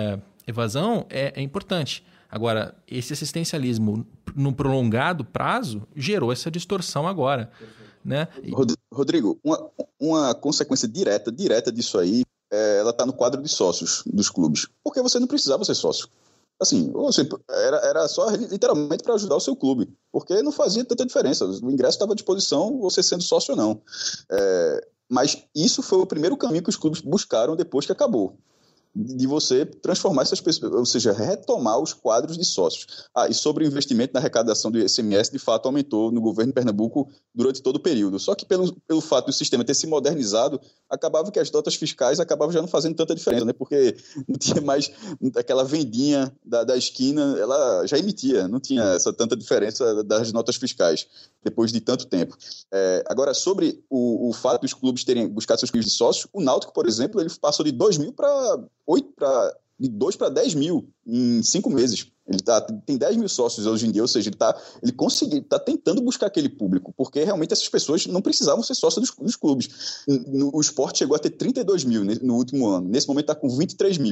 evasão é importante. Agora, esse assistencialismo no prolongado prazo gerou essa distorção agora. Né? Rodrigo, uma consequência direta disso aí, ela está no quadro de sócios dos clubes. Porque você não precisava ser sócio. Assim, era só literalmente para ajudar o seu clube. Porque não fazia tanta diferença. O ingresso estava à disposição, você sendo sócio ou não. Mas isso foi o primeiro caminho que os clubes buscaram depois que acabou. De você transformar essas pessoas, ou seja, retomar os quadros de sócios. E sobre o investimento na arrecadação do ICMS, de fato aumentou no governo de Pernambuco durante todo o período. Só que pelo fato do sistema ter se modernizado, acabava que as notas fiscais acabavam já não fazendo tanta diferença, né? Porque não tinha mais aquela vendinha da esquina, ela já emitia, não tinha essa tanta diferença das notas fiscais, depois de tanto tempo. Agora, sobre o fato dos clubes terem buscado seus clubes de sócios, o Náutico, por exemplo, ele passou de 2 mil de 2 para 10 mil em 5 meses. Ele tem 10 mil sócios hoje em dia, ou seja, ele está tentando buscar aquele público, porque realmente essas pessoas não precisavam ser sócios dos clubes. O Sport chegou a ter 32 mil no último ano, nesse momento está com 23 mil.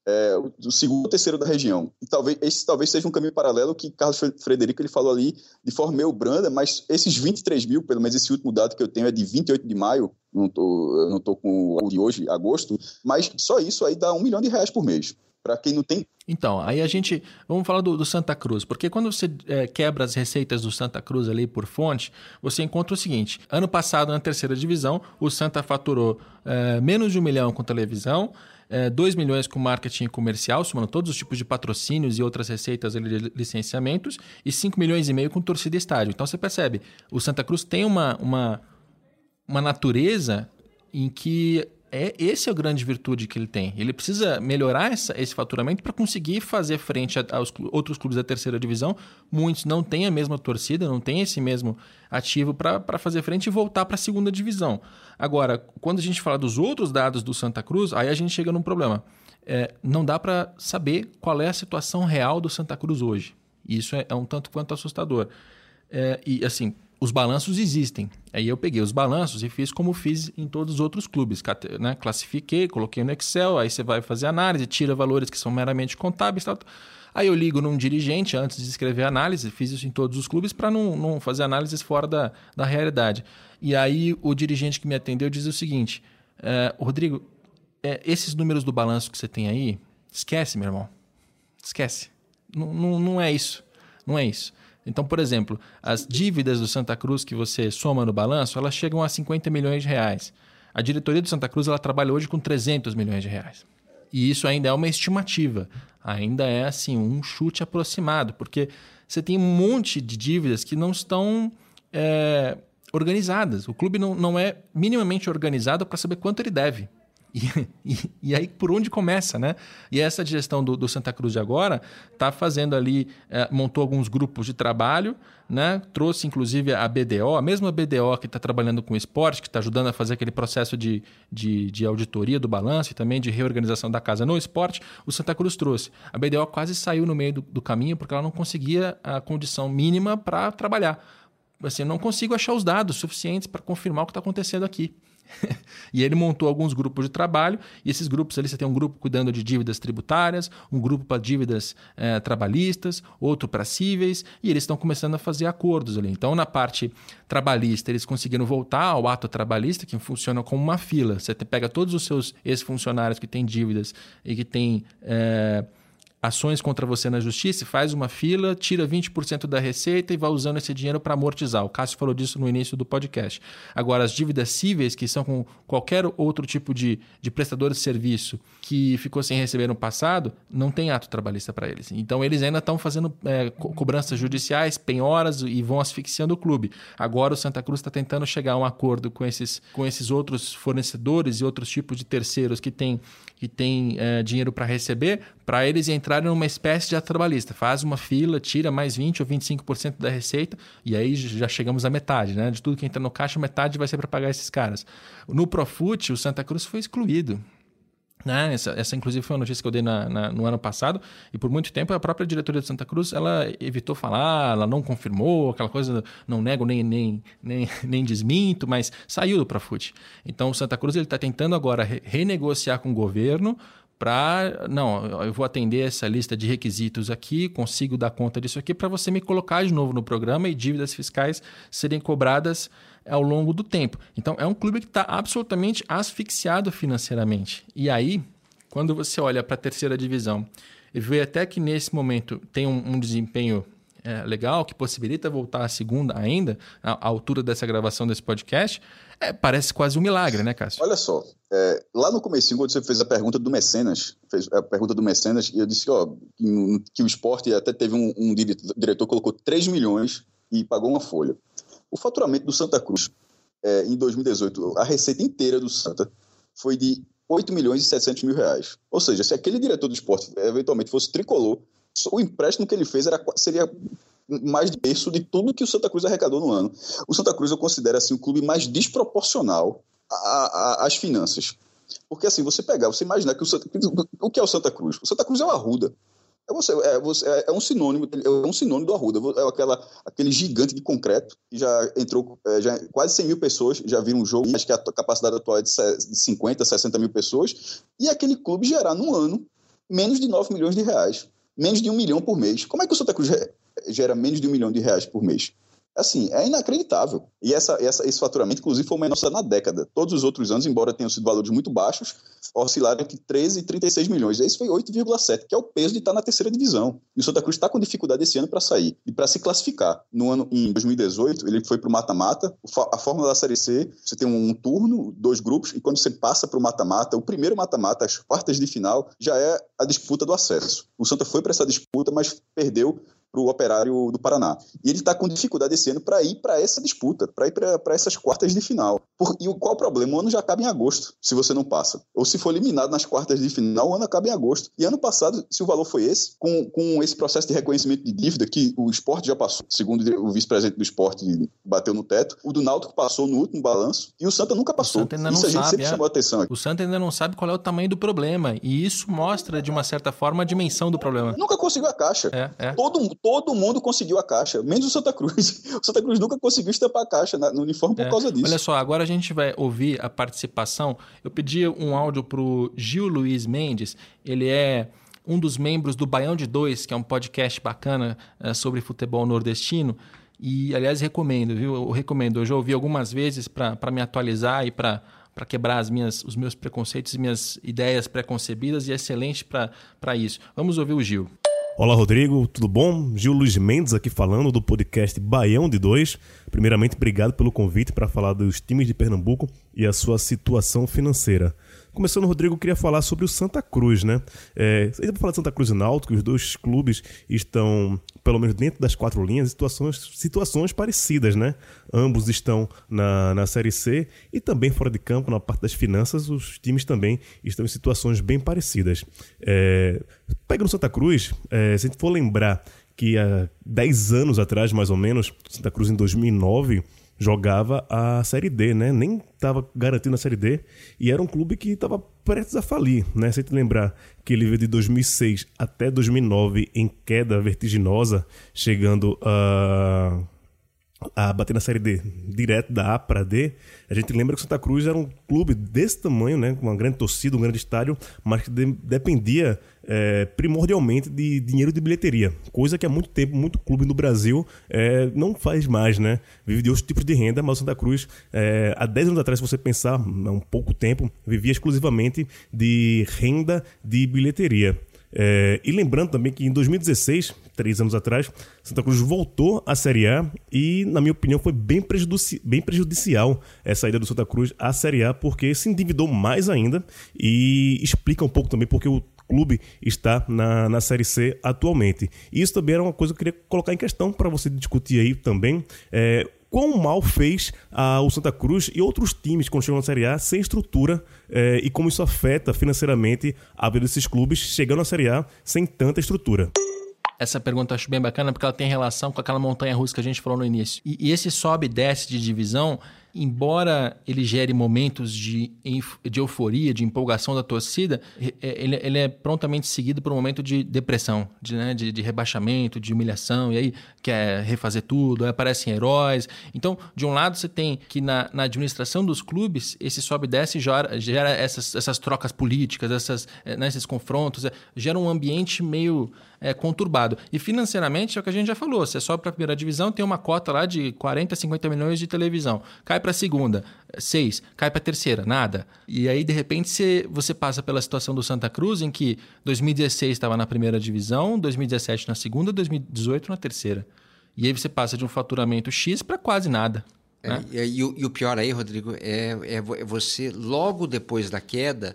o segundo ou terceiro da região. E esse talvez seja um caminho paralelo que Carlos Frederico ele falou ali de forma meio branda, mas esses 23 mil, pelo menos esse último dado que eu tenho é de 28 de maio, eu não estou com o de hoje, agosto, mas só isso aí dá R$1 milhão por mês. Para quem não tem... Então, aí vamos falar do Santa Cruz, porque quando você quebra as receitas do Santa Cruz ali por fonte, você encontra o seguinte: ano passado, na terceira divisão, o Santa faturou menos de R$1 milhão com televisão, 2 milhões com marketing comercial, somando todos os tipos de patrocínios e outras receitas ali de licenciamentos, e 5,5 milhões com torcida e estádio. Então você percebe, o Santa Cruz tem uma natureza em que esse é a grande virtude que ele tem. Ele precisa melhorar esse faturamento para conseguir fazer frente aos outros clubes da terceira divisão. Muitos não têm a mesma torcida, não têm esse mesmo ativo para fazer frente e voltar para a segunda divisão. Agora, quando a gente fala dos outros dados do Santa Cruz, aí a gente chega num problema. Não dá para saber qual é a situação real do Santa Cruz hoje. Isso é um tanto quanto assustador. E assim... Os balanços existem. Aí eu peguei os balanços e fiz como fiz em todos os outros clubes. Né? Classifiquei, coloquei no Excel, aí você vai fazer análise, tira valores que são meramente contábeis. Tal. Aí eu ligo num dirigente antes de escrever a análise, fiz isso em todos os clubes para não fazer análises fora da realidade. E aí o dirigente que me atendeu diz o seguinte: Rodrigo, esses números do balanço que você tem aí, esquece, meu irmão. Esquece. Não é isso. Não é isso. Então, por exemplo, as dívidas do Santa Cruz que você soma no balanço, elas chegam a R$50 milhões. A diretoria do Santa Cruz ela trabalha hoje com R$300 milhões. E isso ainda é uma estimativa. Ainda é assim, um chute aproximado, porque você tem um monte de dívidas que não estão organizadas. O clube não é minimamente organizado para saber quanto ele deve. E aí, por onde começa, né? E essa gestão do Santa Cruz de agora está fazendo ali, montou alguns grupos de trabalho, né? Trouxe inclusive a BDO, a mesma BDO que está trabalhando com o esporte, que está ajudando a fazer aquele processo de auditoria do balanço e também de reorganização da casa no esporte. O Santa Cruz trouxe. A BDO quase saiu no meio do caminho porque ela não conseguia a condição mínima para trabalhar. Assim, eu não consigo achar os dados suficientes para confirmar o que está acontecendo aqui. E ele montou alguns grupos de trabalho, e esses grupos ali, você tem um grupo cuidando de dívidas tributárias, um grupo para dívidas trabalhistas, outro para cíveis, e eles estão começando a fazer acordos ali. Então, na parte trabalhista, eles conseguiram voltar ao ato trabalhista, que funciona como uma fila. Você pega todos os seus ex-funcionários que têm dívidas e que têm ações contra você na justiça, faz uma fila, tira 20% da receita e vai usando esse dinheiro para amortizar. O Cássio falou disso no início do podcast. Agora, as dívidas cíveis, que são com qualquer outro tipo de prestador de serviço que ficou sem receber no passado, não tem ato trabalhista para eles. Então, eles ainda estão fazendo cobranças judiciais, penhoras e vão asfixiando o clube. Agora, o Santa Cruz está tentando chegar a um acordo com esses outros fornecedores e outros tipos de terceiros que têm dinheiro para receber, para eles entrarem numa espécie de ato trabalhista. Faz uma fila, tira mais 20% ou 25% da receita e aí já chegamos à metade, né? De tudo que entra no caixa, metade vai ser para pagar esses caras. No Profut, o Santa Cruz foi excluído. Né? Essa inclusive foi uma notícia que eu dei no ano passado, e por muito tempo a própria diretoria de Santa Cruz ela evitou falar, ela não confirmou, aquela coisa, não nego nem desminto, mas saiu do Profut. Então o Santa Cruz está tentando agora renegociar com o governo não, eu vou atender essa lista de requisitos aqui, consigo dar conta disso aqui para você me colocar de novo no programa e dívidas fiscais serem cobradas ao longo do tempo. Então, é um clube que está absolutamente asfixiado financeiramente. E aí, quando você olha para a terceira divisão e vê até que nesse momento tem um desempenho legal, que possibilita voltar à segunda ainda, à altura dessa gravação desse podcast, parece quase um milagre, né, Cássio? Olha só, lá no comecinho, quando você fez a pergunta do Mecenas, e eu disse que o esporte até teve um diretor que colocou 3 milhões e pagou uma folha. O faturamento do Santa Cruz, em 2018, a receita inteira do Santa foi de 8 milhões e 700 mil reais. Ou seja, se aquele diretor do esporte eventualmente fosse tricolor, o empréstimo que ele fez seria mais de terço de tudo que o Santa Cruz arrecadou no ano. O Santa Cruz eu considero assim, o clube mais desproporcional às finanças. Porque assim, você imaginar que o que é o Santa Cruz? O Santa Cruz é o Arruda. É um sinônimo do Arruda. Aquele gigante de concreto que já entrou, quase 100 mil pessoas já viram um jogo, acho que a capacidade atual é de 50, 60 mil pessoas, e aquele clube gerar num ano menos de 9 milhões de reais. Menos de 1 milhão por mês. Como é que o Santa Cruz gera menos de 1 milhão de reais por mês? Assim, é inacreditável. E esse faturamento, inclusive, foi o menor na década. Todos os outros anos, embora tenham sido valores muito baixos, oscilaram entre 13 e 36 milhões. Esse foi 8,7, que é o peso de estar na terceira divisão. E o Santa Cruz está com dificuldade esse ano para sair. E para se classificar. Em 2018, ele foi para o mata-mata. A fórmula da Série C, você tem um turno, 2 grupos, e quando você passa para o mata-mata, o primeiro mata-mata, as quartas de final, já é a disputa do acesso. O Santa foi para essa disputa, mas perdeu para o Operário do Paraná. E ele está com dificuldade esse ano para ir para essa disputa, para ir para essas quartas de final. E qual o problema? O ano já acaba em agosto, se você não passa. Ou se for eliminado nas quartas de final, o ano acaba em agosto. E ano passado, se o valor foi esse, com esse processo de reconhecimento de dívida, que o Sport já passou, segundo o vice-presidente do Sport bateu no teto, o do Náutico passou no último balanço, e o Santa nunca passou. Isso a gente sempre chamou a atenção aqui. O Santa ainda não sabe qual é o tamanho do problema, e isso mostra, de uma certa forma, a dimensão do problema. Nunca conseguiu a caixa. Todo mundo conseguiu a caixa, menos o Santa Cruz. O Santa Cruz nunca conseguiu estampar a caixa no uniforme por causa disso. Olha só, agora a gente vai ouvir a participação. Eu pedi um áudio para o Gil Luiz Mendes. Ele é um dos membros do Baião de Dois, que é um podcast bacana sobre futebol nordestino. E, aliás, recomendo, viu? Eu recomendo. Eu já ouvi algumas vezes para me atualizar e para quebrar os meus preconceitos e minhas ideias preconcebidas, e é excelente para isso. Vamos ouvir o Gil. Olá, Rodrigo, tudo bom? Gil Luiz Mendes aqui falando do podcast Baião de Dois. Primeiramente, obrigado pelo convite para falar dos times de Pernambuco e a sua situação financeira. Começando, Rodrigo, eu queria falar sobre o Santa Cruz, né? Ainda vou falar de Santa Cruz e Náutico, os dois clubes estão, pelo menos dentro das 4 linhas, situações parecidas, né? Ambos estão na Série C e também fora de campo, na parte das finanças, os times também estão em situações bem parecidas. Pega no Santa Cruz, se a gente for lembrar que há 10 anos atrás, mais ou menos, Santa Cruz em 2009... jogava a Série D, né? Nem estava garantindo a Série D e era um clube que estava prestes a falir, né? Se a gente lembrar que ele veio de 2006 até 2009 em queda vertiginosa, chegando a bater na Série D, direto da A para D, a gente lembra que o Santa Cruz era um clube desse tamanho, né, com uma grande torcida, um grande estádio, mas que dependia primordialmente de dinheiro de bilheteria, coisa que há muito tempo, muito clube no Brasil não faz mais, né? Vive de outros tipos de renda, mas o Santa Cruz, há 10 anos atrás, se você pensar, há um pouco tempo, vivia exclusivamente de renda de bilheteria. E lembrando também que em 2016, 3 anos atrás, Santa Cruz voltou à Série A e, na minha opinião, foi bem prejudicial essa ida do Santa Cruz à Série A, porque se endividou mais ainda e explica um pouco também porque o clube está na Série C atualmente. E isso também era uma coisa que eu queria colocar em questão para você discutir aí também. Quão mal fez o Santa Cruz e outros times quando chegam na Série A sem estrutura e como isso afeta financeiramente a vida desses clubes chegando na Série A sem tanta estrutura. Essa pergunta eu acho bem bacana porque ela tem relação com aquela montanha-russa que a gente falou no início. E esse sobe e desce de divisão, embora ele gere momentos de euforia, de empolgação da torcida, ele é prontamente seguido por um momento de depressão, de rebaixamento, de humilhação, e aí quer refazer tudo, aí aparecem heróis. Então, de um lado você tem que na administração dos clubes, esse sobe e desce gera essas trocas políticas, esses confrontos, gera um ambiente meio conturbado. E financeiramente é o que a gente já falou, você sobe para a primeira divisão, tem uma cota lá de 40, 50 milhões de televisão, cai para a segunda, 6, cai para a terceira, nada. E aí, de repente, você passa pela situação do Santa Cruz, em que 2016 estava na primeira divisão, 2017 na segunda, 2018 na terceira. E aí você passa de um faturamento X para quase nada. Né? E o pior aí, Rodrigo, é você, logo depois da queda,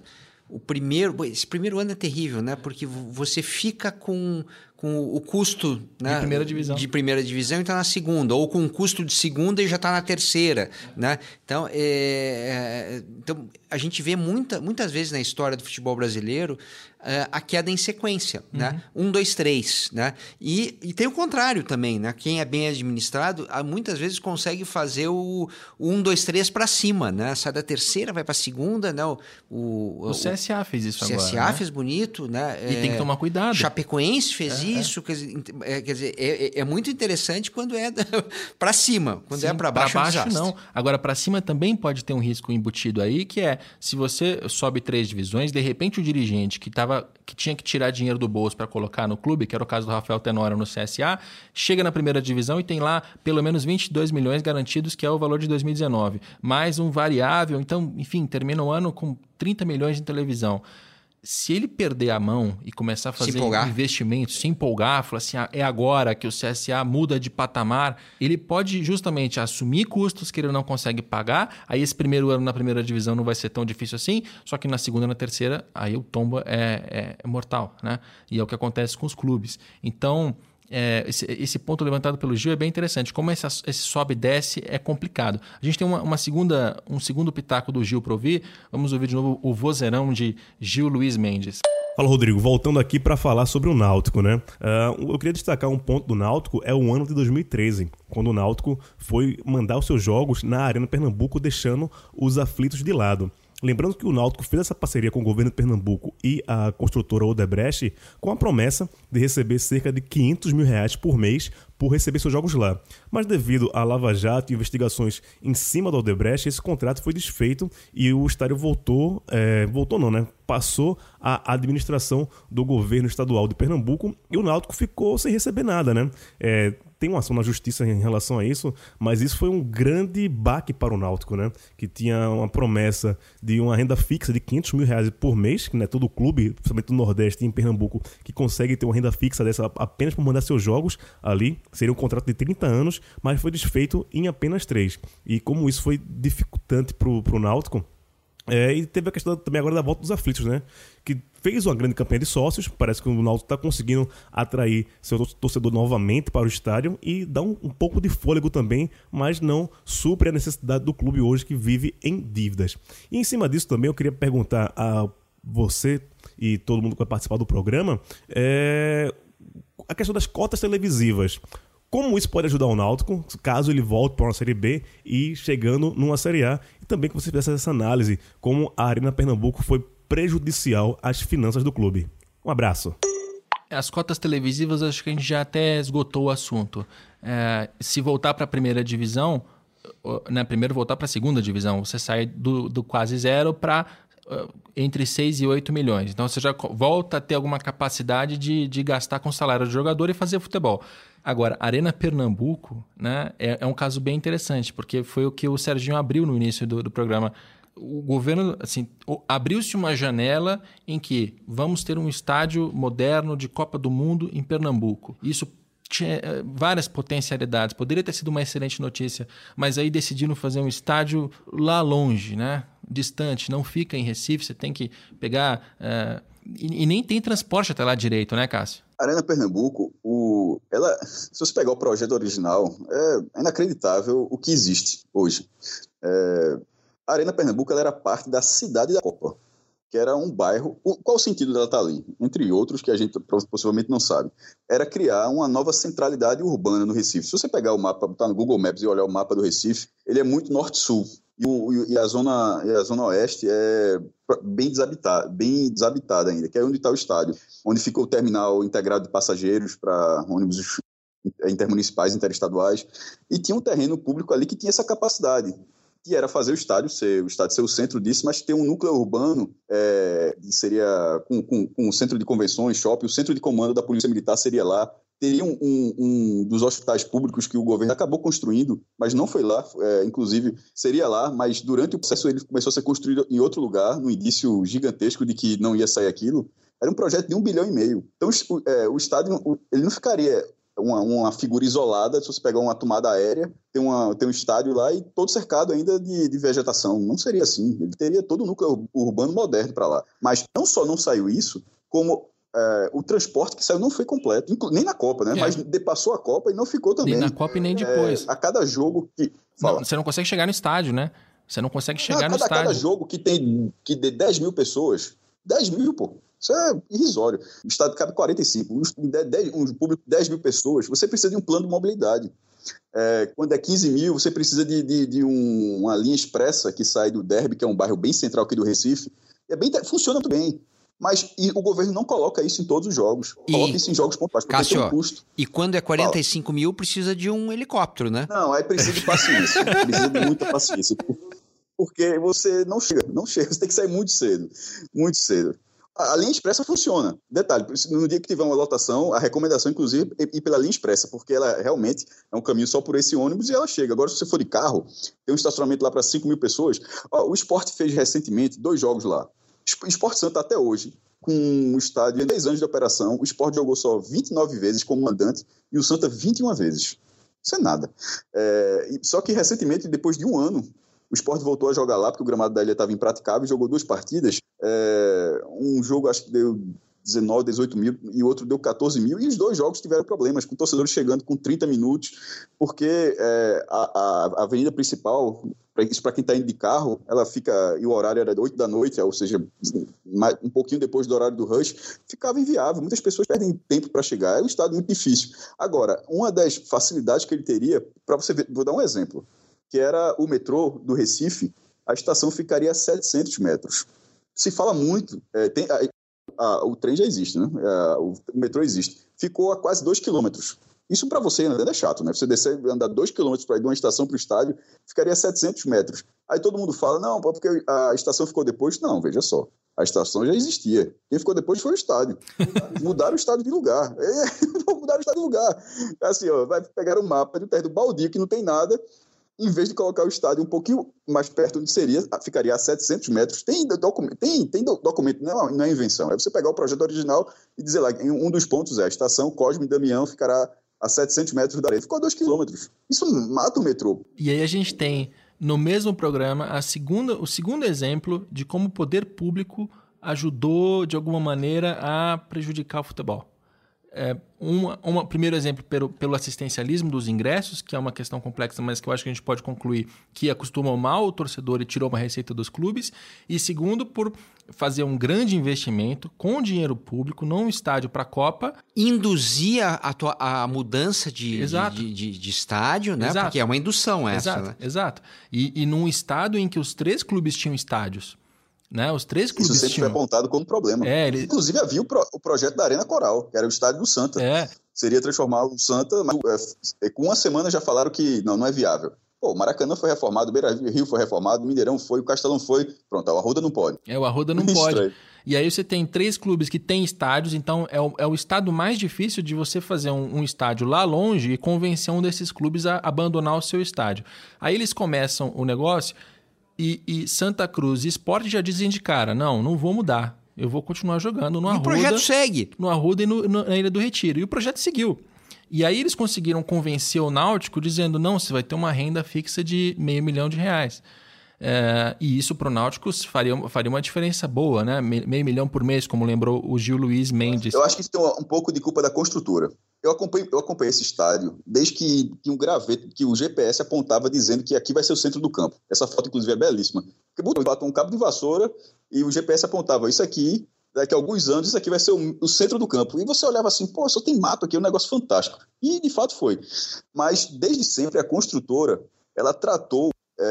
esse primeiro ano é terrível, né? Porque você fica com o custo, né, de primeira divisão e está na segunda, ou com o custo de segunda e já está na terceira, né? Então, então a gente vê muitas vezes na história do futebol brasileiro a queda em sequência, né? 1, 2, 3, né? E tem o contrário também, né? Quem é bem administrado, muitas vezes consegue fazer o 1, 2, 3 para cima, né? Sai da terceira, vai para a segunda, né? O CSA fez isso agora. O CSA fez bonito, né? E tem que tomar cuidado. Chapecoense fez isso, quer dizer, é muito interessante quando é para cima, quando Sim, é para baixo não. Agora, para cima também pode ter um risco embutido aí, que é, se você sobe 3 divisões, de repente o dirigente que estava que tinha que tirar dinheiro do bolso para colocar no clube, que era o caso do Rafael Tenório no CSA, chega na primeira divisão e tem lá pelo menos 22 milhões garantidos, que é o valor de 2019, mais um variável. Então, enfim, termina o ano com 30 milhões em televisão. Se ele perder a mão e começar a fazer investimentos, se empolgar, falar assim, é agora que o CSA muda de patamar, ele pode justamente assumir custos que ele não consegue pagar, aí esse primeiro ano na primeira divisão não vai ser tão difícil assim, só que na segunda e na terceira, aí o tombo é mortal, né? E é o que acontece com os clubes. Então, esse ponto levantado pelo Gil é bem interessante. Como esse sobe e desce é complicado. A gente tem um segundo pitaco do Gil para ouvir. Vamos ouvir de novo o vozeirão de Gil Luiz Mendes. Fala, Rodrigo. Voltando aqui para falar sobre o Náutico, né? Eu queria destacar um ponto do Náutico, é o ano de 2013, quando o Náutico foi mandar os seus jogos na Arena Pernambuco, deixando os aflitos de lado. Lembrando que o Náutico fez essa parceria com o governo de Pernambuco e a construtora Odebrecht com a promessa de receber cerca de R$500 mil por mês por receber seus jogos lá. Mas devido à Lava Jato e investigações em cima da Odebrecht, esse contrato foi desfeito e o estádio passou à administração do governo estadual de Pernambuco e o Náutico ficou sem receber nada, né? Tem uma ação na justiça em relação a isso, mas isso foi um grande baque para o Náutico, né? Que tinha uma promessa de uma renda fixa de R$500 mil por mês, que não é todo clube, principalmente do Nordeste e em Pernambuco, que consegue ter uma renda fixa dessa apenas por mandar seus jogos ali. Seria um contrato de 30 anos, mas foi desfeito em apenas 3. E como isso foi dificultante para o Náutico, e teve a questão também agora da volta dos aflitos, né? Que fez uma grande campanha de sócios. Parece que o Náutico está conseguindo atrair seu torcedor novamente para o estádio e dá um pouco de fôlego também, mas não supre a necessidade do clube hoje que vive em dívidas. E em cima disso também eu queria perguntar a você e todo mundo que vai participar do programa a questão das cotas televisivas. Como isso pode ajudar o Náutico, caso ele volte para uma Série B e chegando numa Série A? E também que você fizesse essa análise, como a Arena Pernambuco foi prejudicial às finanças do clube. Um abraço. As cotas televisivas, acho que a gente já até esgotou o assunto. Se voltar para a primeira divisão, né, primeiro voltar para a segunda divisão, você sai do quase zero para entre 6 e 8 milhões. Então você já volta a ter alguma capacidade de gastar com o salário do jogador e fazer futebol. Agora, Arena Pernambuco, né, é um caso bem interessante, porque foi o que o Serginho abriu no início do programa. O governo, assim, abriu-se uma janela em que vamos ter um estádio moderno de Copa do Mundo em Pernambuco. Isso tinha várias potencialidades. Poderia ter sido uma excelente notícia, mas aí decidiram fazer um estádio lá longe, né, distante. Não fica em Recife, você tem que pegar... E nem tem transporte até lá direito, né, Cássio? Arena Pernambuco, se você pegar o projeto original, é inacreditável o que existe hoje. A Arena Pernambuco ela era parte da cidade da Copa, que era um bairro. Qual o sentido dela estar ali? Entre outros, que a gente possivelmente não sabe. Era criar uma nova centralidade urbana no Recife. Se você pegar o mapa, botar no Google Maps e olhar o mapa do Recife, ele é muito norte-sul. E a zona oeste é bem desabitada ainda, que é onde está o estádio, onde fica o terminal integrado de passageiros para ônibus intermunicipais, interestaduais, e tinha um terreno público ali que tinha essa capacidade, que era fazer o estádio ser o centro disso, mas ter um núcleo urbano, que seria com um centro de convenções, shopping, o centro de comando da Polícia Militar seria lá, teria um dos hospitais públicos que o governo acabou construindo, mas não foi lá, inclusive seria lá, mas durante o processo ele começou a ser construído em outro lugar, no indício gigantesco de que não ia sair aquilo. Era um projeto de 1,5 bilhão. Então o estádio ele não ficaria uma figura isolada, se você pegar uma tomada aérea, tem um estádio lá e todo cercado ainda de vegetação. Não seria assim, ele teria todo o núcleo urbano moderno para lá. Mas não só não saiu isso, como... o transporte que saiu não foi completo, nem na Copa, né? Mas passou a Copa e não ficou também. Nem na Copa e nem depois. A cada jogo que... você não consegue chegar no estádio, né? Você não consegue chegar no estádio. A cada jogo que dê 10 mil pessoas, 10 mil, pô, isso é irrisório. O estádio cabe 45, um público de 10 mil pessoas, você precisa de um plano de mobilidade. Quando é 15 mil, você precisa de uma linha expressa que sai do Derby, que é um bairro bem central aqui do Recife. Funciona muito bem. Mas o governo não coloca isso em todos os jogos. Coloca isso em jogos pontuais, porque Cássio, tem um custo. E quando é 45 mil, precisa de um helicóptero, né? Não, aí precisa de paciência. Precisa de muita paciência. Porque você não chega. Você tem que sair muito cedo. Muito cedo. A linha expressa funciona. Detalhe, no dia que tiver uma lotação, a recomendação, inclusive, é ir pela linha expressa, porque ela realmente é um caminho só por esse ônibus e ela chega. Agora, se você for de carro, tem um estacionamento lá para 5 mil pessoas. O Sport fez recentemente 2 jogos lá. O Sport Santa até hoje, com um estádio de 10 anos de operação, o Sport jogou só 29 vezes como mandante e o Santa 21 vezes. Isso é nada. Só que recentemente, depois de um ano, o Sport voltou a jogar lá, porque o gramado da ilha estava impraticável, e jogou 2 partidas. Um jogo acho que deu 19, 18 mil, e o outro deu 14 mil, e os 2 jogos tiveram problemas, com torcedores chegando com 30 minutos, porque a avenida principal, isso para quem está indo de carro, ela fica, e o horário era 8 da noite, ou seja, um pouquinho depois do horário do rush, ficava inviável, muitas pessoas perdem tempo para chegar, é um estado muito difícil. Agora, uma das facilidades que ele teria, para você ver, vou dar um exemplo, que era o metrô do Recife, a estação ficaria a 700 metros. Se fala muito, o trem já existe, né? O metrô existe. Ficou a quase 2 quilômetros. Isso para você ainda é chato, né? Você descer, andar 2 quilômetros para ir de uma estação para o estádio, ficaria a 700 metros. Aí todo mundo fala, não, porque a estação ficou depois. Não, veja só. A estação já existia. Quem ficou depois foi o estádio. Mudaram o estádio de lugar. Mudaram o estádio de lugar. Assim, vai pegar um mapa de terra do baldio, que não tem nada. Em vez de colocar o estádio um pouquinho mais perto onde seria, ficaria a 700 metros. Tem documento, não é invenção. É você pegar o projeto original e dizer lá, em um dos pontos a estação Cosme e Damião ficará a 700 metros da areia. Ficou a 2 quilômetros. Isso mata o metrô. E aí a gente tem, no mesmo programa, o segundo exemplo de como o poder público ajudou, de alguma maneira, a prejudicar o futebol. Primeiro exemplo pelo assistencialismo dos ingressos, que é uma questão complexa, mas que eu acho que a gente pode concluir que acostumou mal o torcedor e tirou uma receita dos clubes. E segundo, por fazer um grande investimento com dinheiro público num estádio para a Copa. Induzia a mudança de estádio, né? Exato. Porque é uma indução essa. Né? Exato. E num estado em que os 3 clubes tinham estádios. Né? Os 3 clubes Isso sempre foi apontado como problema. Inclusive havia o projeto da Arena Coral, que era o estádio do Santa. Seria transformar o Santa, mas com uma semana já falaram que não é viável. O Maracanã foi reformado, o Beira-Rio foi reformado, o Mineirão foi, o Castelão foi. Pronto, o Arruda não pode. O Arruda não pode. E aí você tem 3 clubes que têm estádios, então é o estado mais difícil de você fazer um estádio lá longe e convencer um desses clubes a abandonar o seu estádio. Aí eles começam o negócio. E Santa Cruz e Sport já dizem de cara, não vou mudar, eu vou continuar jogando no Arruda. E o projeto segue. No Arruda e na Ilha do Retiro. E o projeto seguiu. E aí eles conseguiram convencer o Náutico dizendo, não, você vai ter uma renda fixa de R$500 mil. E isso para o Náutico faria uma diferença boa, né? R$500 mil por mês, como lembrou o Gil Luiz Mendes. Eu acho que isso tem um pouco de culpa da construtora. Eu acompanhei esse estádio desde que tinha um graveto que o GPS apontava dizendo que aqui vai ser o centro do campo. Essa foto, inclusive, é belíssima. Porque botou um cabo de vassoura e o GPS apontava isso aqui, daqui a alguns anos, isso aqui vai ser o centro do campo. E você olhava assim, só tem mato aqui, é um negócio fantástico. E, de fato, foi. Mas, desde sempre, a construtora, ela tratou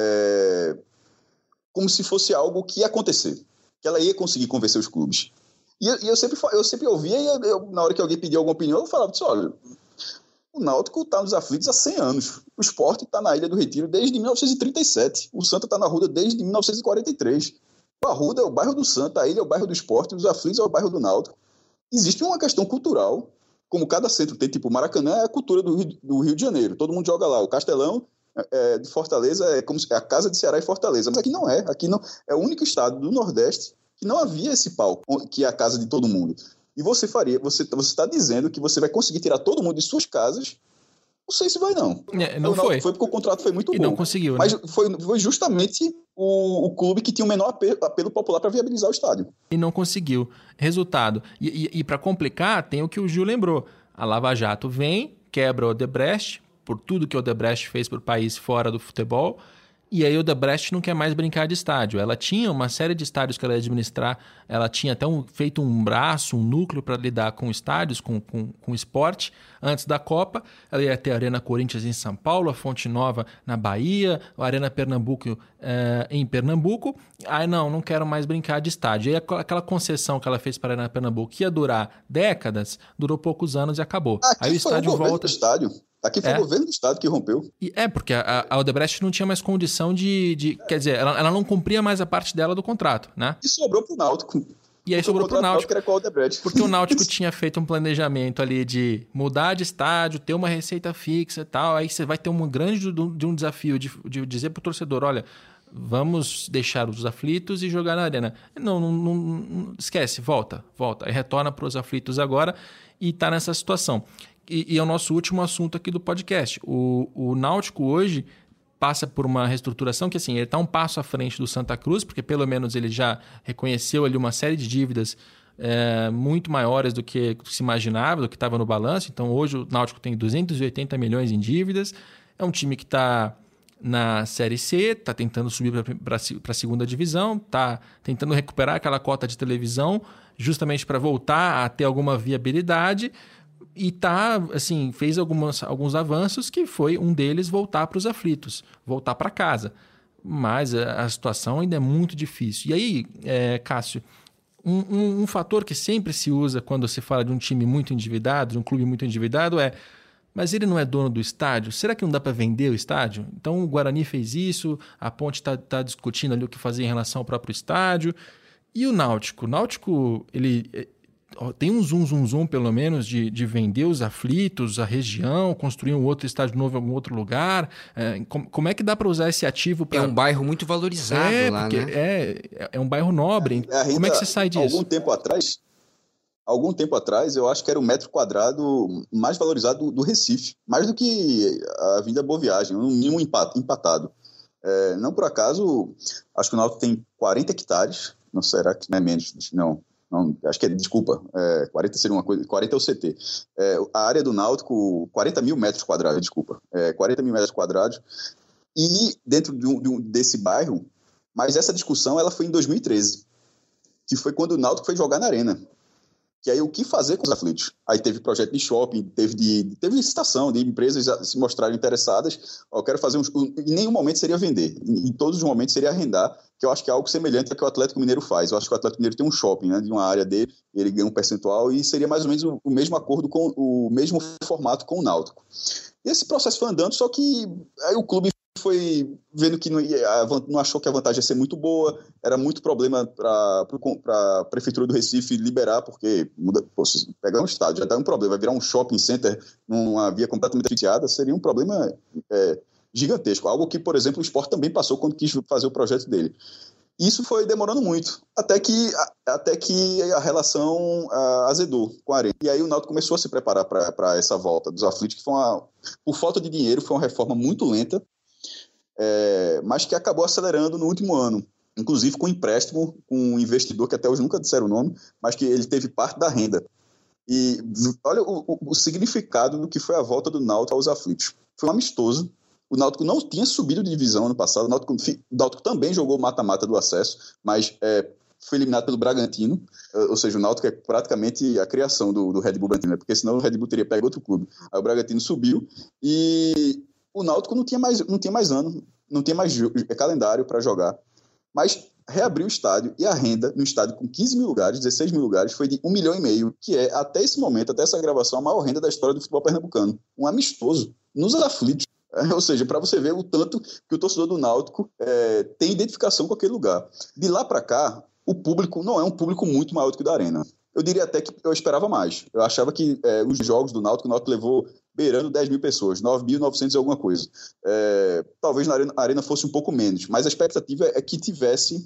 como se fosse algo que ia acontecer. Que ela ia conseguir convencer os clubes. E eu sempre ouvia, e na hora que alguém pedia alguma opinião, eu falava assim, olha, o Náutico está nos aflitos há 100 anos. O Sport está na Ilha do Retiro desde 1937. O Santa está na Arruda desde 1943. O Arruda é o bairro do Santa, a Ilha é o bairro do Sport, os aflitos é o bairro do Náutico. Existe uma questão cultural, como cada centro tem, tipo o Maracanã é a cultura do Rio de Janeiro. Todo mundo joga lá. O Castelão de Fortaleza é como a casa de Ceará e Fortaleza. Mas aqui não é. Aqui não, é o único estado do Nordeste que não havia esse palco, que é a casa de todo mundo. E você está dizendo que você vai conseguir tirar todo mundo de suas casas. Não sei se vai, não. Não foi. Foi porque o contrato foi muito bom. E não conseguiu, né? Mas foi justamente o clube que tinha o menor apelo popular para viabilizar o estádio. E não conseguiu. Resultado. E para complicar, tem o que o Gil lembrou. A Lava Jato vem, quebra o Odebrecht, por tudo que o Odebrecht fez para o país fora do futebol. E aí o Odebrecht não quer mais brincar de estádio. Ela tinha uma série de estádios que ela ia administrar. Ela tinha até feito um braço, um núcleo para lidar com estádios, com esporte. Antes da Copa, ela ia ter a Arena Corinthians em São Paulo, a Fonte Nova na Bahia, a Arena Pernambuco em Pernambuco. Aí não quero mais brincar de estádio. E aí aquela concessão que ela fez para a Arena Pernambuco, que ia durar décadas, durou poucos anos e acabou. Aí o estádio volta. Aqui foi o governo do estado que rompeu. Porque a Odebrecht não tinha mais condição de quer dizer, ela não cumpria mais a parte dela do contrato, né? E sobrou pro Náutico. E aí sobrou pro Náutico. Era qual o Odebrecht. Porque o Náutico tinha feito um planejamento ali de mudar de estádio, ter uma receita fixa e tal. Aí você vai ter um grande de um desafio de dizer pro torcedor, olha, vamos deixar os aflitos e jogar na arena. Não esquece, volta. Aí retorna para os aflitos agora e está nessa situação. E é o nosso último assunto aqui do podcast. O Náutico hoje passa por uma reestruturação que, assim, ele está um passo à frente do Santa Cruz, porque pelo menos ele já reconheceu ali uma série de dívidas muito maiores do que se imaginava, do que estava no balanço. Então, hoje o Náutico tem 280 milhões em dívidas. É um time que está na Série C, está tentando subir para a segunda divisão, está tentando recuperar aquela cota de televisão, justamente para voltar a ter alguma viabilidade. E assim, fez alguns avanços, que foi um deles voltar para os aflitos, voltar para casa. Mas a situação ainda é muito difícil. E aí, Cássio, um fator que sempre se usa quando se fala de um time muito endividado, de um clube muito endividado, mas ele não é dono do estádio? Será que não dá para vender o estádio? Então o Guarani fez isso, a Ponte está discutindo ali o que fazer em relação ao próprio estádio. E o Náutico? O Náutico, ele tem um zoom, pelo menos, de vender os aflitos, a região, construir um outro estádio novo em algum outro lugar. Como é que dá para usar esse ativo para... É um bairro muito valorizado lá, né? É um bairro nobre. Como é que você sai disso? Algum tempo atrás, eu acho que era o metro quadrado mais valorizado do Recife. Mais do que a Avenida Boa Viagem, no mínimo empatado. Não por acaso, acho que o Náutico tem 40 hectares. Não, será que não é menos? Não, acho que desculpa, 40 seria uma coisa, 40 é o CT. A área do Náutico, 40 mil metros quadrados, desculpa, 40 mil metros quadrados, e dentro desse bairro, mas essa discussão ela foi em 2013, que foi quando o Náutico foi jogar na arena. Que aí o que fazer com os aflitos? Aí teve projeto de shopping, teve licitação de empresas se mostrarem interessadas. Eu quero fazer em nenhum momento seria vender, em todos os momentos seria arrendar, que eu acho que é algo semelhante ao que o Atlético Mineiro faz. Eu acho que o Atlético Mineiro tem um shopping, né, de uma área dele, ele ganha um percentual e seria mais ou menos o mesmo acordo, com o mesmo formato com o Náutico. E esse processo foi andando, só que aí o clube foi vendo que não achou que a vantagem ia ser muito boa, era muito problema para a Prefeitura do Recife liberar, porque pegar um estádio já dá um problema, vai virar um shopping center numa via completamente asfixiada, seria um problema gigantesco, algo que, por exemplo, o Sport também passou quando quis fazer o projeto dele. Isso foi demorando muito, até que a relação azedou com a Arena. E aí o Náutico começou a se preparar para essa volta dos aflitos, que foi por falta de dinheiro, foi uma reforma muito lenta, mas que acabou acelerando no último ano, inclusive com empréstimo, com um investidor que até hoje nunca disseram o nome, mas que ele teve parte da renda. E olha o significado do que foi a volta do Náutico aos aflitos. Foi um amistoso. O Náutico não tinha subido de divisão ano passado. O Náutico também jogou mata-mata do acesso, mas foi eliminado pelo Bragantino. Ou seja, o Náutico é praticamente a criação do Red Bull Bragantino, né? Porque senão o Red Bull teria pego outro clube. Aí o Bragantino subiu e o Náutico não tinha mais ano, não tinha mais calendário para jogar, mas reabriu o estádio e a renda no estádio com 15 mil lugares, 16 mil lugares, foi de 1,5 milhão, que é, até esse momento, até essa gravação, a maior renda da história do futebol pernambucano. Um amistoso, nos aflitos. Ou seja, para você ver o tanto que o torcedor do Náutico tem identificação com aquele lugar. De lá para cá, o público não é um público muito maior do que o da Arena. Eu diria até que eu esperava mais. Eu achava que os jogos do Náutico, o Náutico levou beirando 10 mil pessoas, 9.900 e alguma coisa. Talvez na Arena fosse um pouco menos, mas a expectativa é que tivesse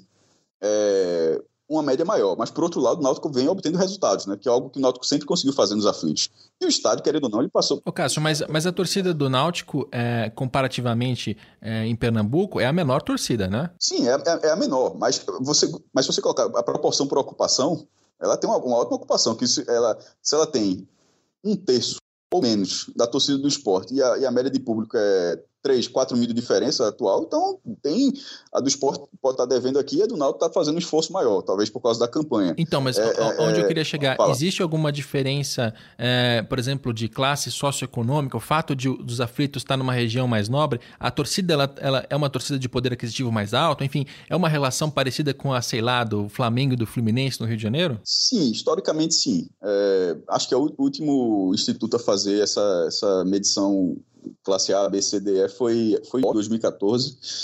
uma média maior. Mas, por outro lado, o Náutico vem obtendo resultados, né? Que é algo que o Náutico sempre conseguiu fazer nos aflitos. E o estádio, querendo ou não, ele passou... Ô, Cássio, mas a torcida do Náutico, comparativamente em Pernambuco, é a menor torcida, né? Sim, é a menor. Mas se você colocar a proporção por ocupação, ela tem uma ótima ocupação. Que se ela tem 1/3 ou menos da torcida do Sport e a média de público é 3, 4 mil de diferença atual, então a do Sport pode estar devendo aqui e a do Náutico está fazendo um esforço maior, talvez por causa da campanha. Então, mas onde eu queria chegar, existe alguma diferença, por exemplo, de classe socioeconômica, o fato dos aflitos estar numa região mais nobre, a torcida ela é uma torcida de poder aquisitivo mais alto, enfim, é uma relação parecida com a, sei lá, do Flamengo e do Fluminense no Rio de Janeiro? Sim, historicamente sim. Acho que é o último instituto a fazer essa medição classe A, B, C, D, E foi em 2014.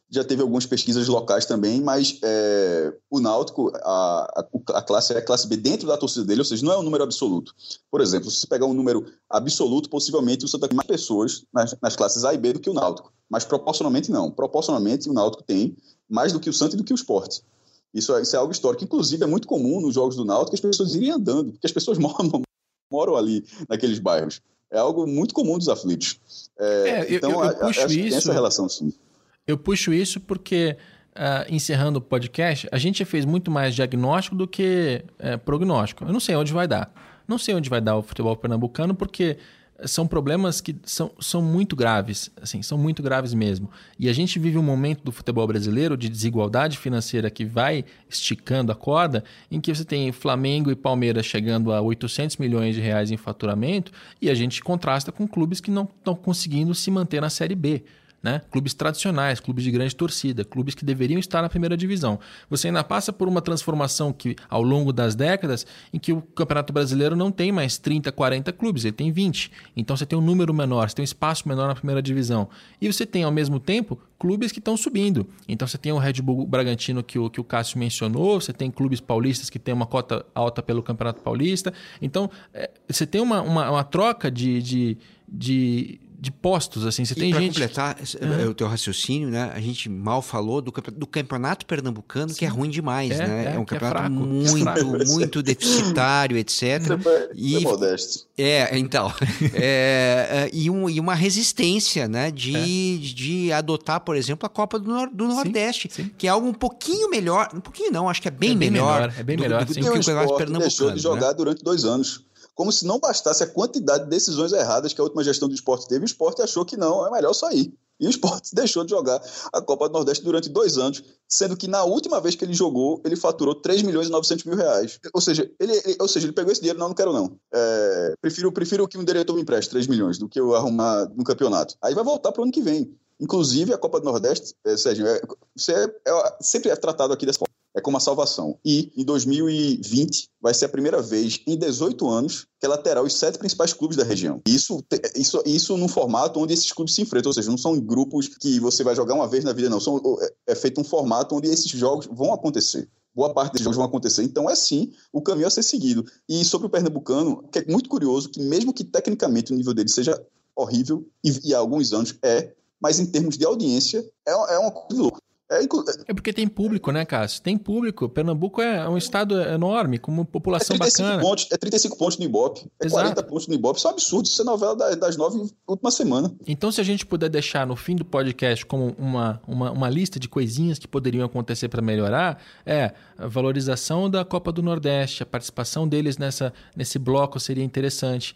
já teve algumas pesquisas locais também, mas o Náutico, a classe é a classe B dentro da torcida dele, ou seja, não é um número absoluto. Por exemplo, se você pegar um número absoluto, possivelmente o Santa Cruz tem mais pessoas nas classes A e B do que o Náutico, mas proporcionalmente não. Proporcionalmente, o Náutico tem mais do que o Santa e do que o Sport. Isso é algo histórico. Inclusive, é muito comum nos jogos do Náutico as pessoas irem andando, porque as pessoas moram ali naqueles bairros. É algo muito comum dos aflitos. Então, eu puxo acho que tem essa relação, sim. Eu puxo isso porque, encerrando o podcast, a gente fez muito mais diagnóstico do que prognóstico. Eu não sei onde vai dar. Não sei onde vai dar o futebol pernambucano, porque são problemas que são muito graves, assim, são muito graves mesmo. E a gente vive um momento do futebol brasileiro de desigualdade financeira que vai esticando a corda, em que você tem Flamengo e Palmeiras chegando a 800 milhões de reais em faturamento, e a gente contrasta com clubes que não estão conseguindo se manter na Série B. Né? Clubes tradicionais, clubes de grande torcida, clubes que deveriam estar na primeira divisão. Você ainda passa por uma transformação que, ao longo das décadas, em que o Campeonato Brasileiro não tem mais 30, 40 clubes, ele tem 20. Então você tem um número menor, você tem um espaço menor na primeira divisão. E você tem, ao mesmo tempo, clubes que estão subindo. Então você tem o Red Bull Bragantino que o Cássio mencionou, você tem clubes paulistas que têm uma cota alta pelo Campeonato Paulista. Então você tem uma troca de postos, assim, você tem gente... E para completar o teu raciocínio, né? A gente mal falou do campeonato pernambucano, sim, que é ruim demais, né? É um campeonato muito deficitário, etc. E modesto. Então. E uma resistência, né? De adotar, por exemplo, a Copa do Nordeste, sim, que é algo um pouquinho melhor. Um pouquinho não, acho que é bem melhor. É bem melhor, do que o campeonato pernambucano. Deixou de jogar durante 2 anos. Como se não bastasse a quantidade de decisões erradas que a última gestão do Sport teve, o Sport achou que não, é melhor sair. E o Sport deixou de jogar a Copa do Nordeste durante 2 anos, sendo que na última vez que ele jogou, ele faturou 3 milhões e 900 mil reais. Ou seja, ele pegou esse dinheiro, não quero não. Prefiro que um diretor me empreste 3 milhões do que eu arrumar no campeonato. Aí vai voltar para o ano que vem. Inclusive, a Copa do Nordeste, Sérgio, sempre é tratado aqui dessa forma. É como a salvação. E, em 2020, vai ser a primeira vez em 18 anos que ela terá os 7 principais clubes da região. Isso num formato onde esses clubes se enfrentam, ou seja, não são grupos que você vai jogar uma vez na vida, não. É feito um formato onde esses jogos vão acontecer. Boa parte desses jogos vão acontecer. Então, sim, o caminho a ser seguido. E sobre o pernambucano, que é muito curioso, que mesmo que tecnicamente o nível dele seja horrível, e há alguns anos mas em termos de audiência, é uma coisa louca. É porque tem público, né, Cássio? Tem público. Pernambuco é um estado enorme, com uma população bacana. 35 pontos no Ibope, 40 pontos no Ibope. Isso é um absurdo. Isso é novela das 9 última semana. Então, se a gente puder deixar no fim do podcast como uma lista de coisinhas que poderiam acontecer para melhorar, a valorização da Copa do Nordeste, a participação deles nesse bloco seria interessante.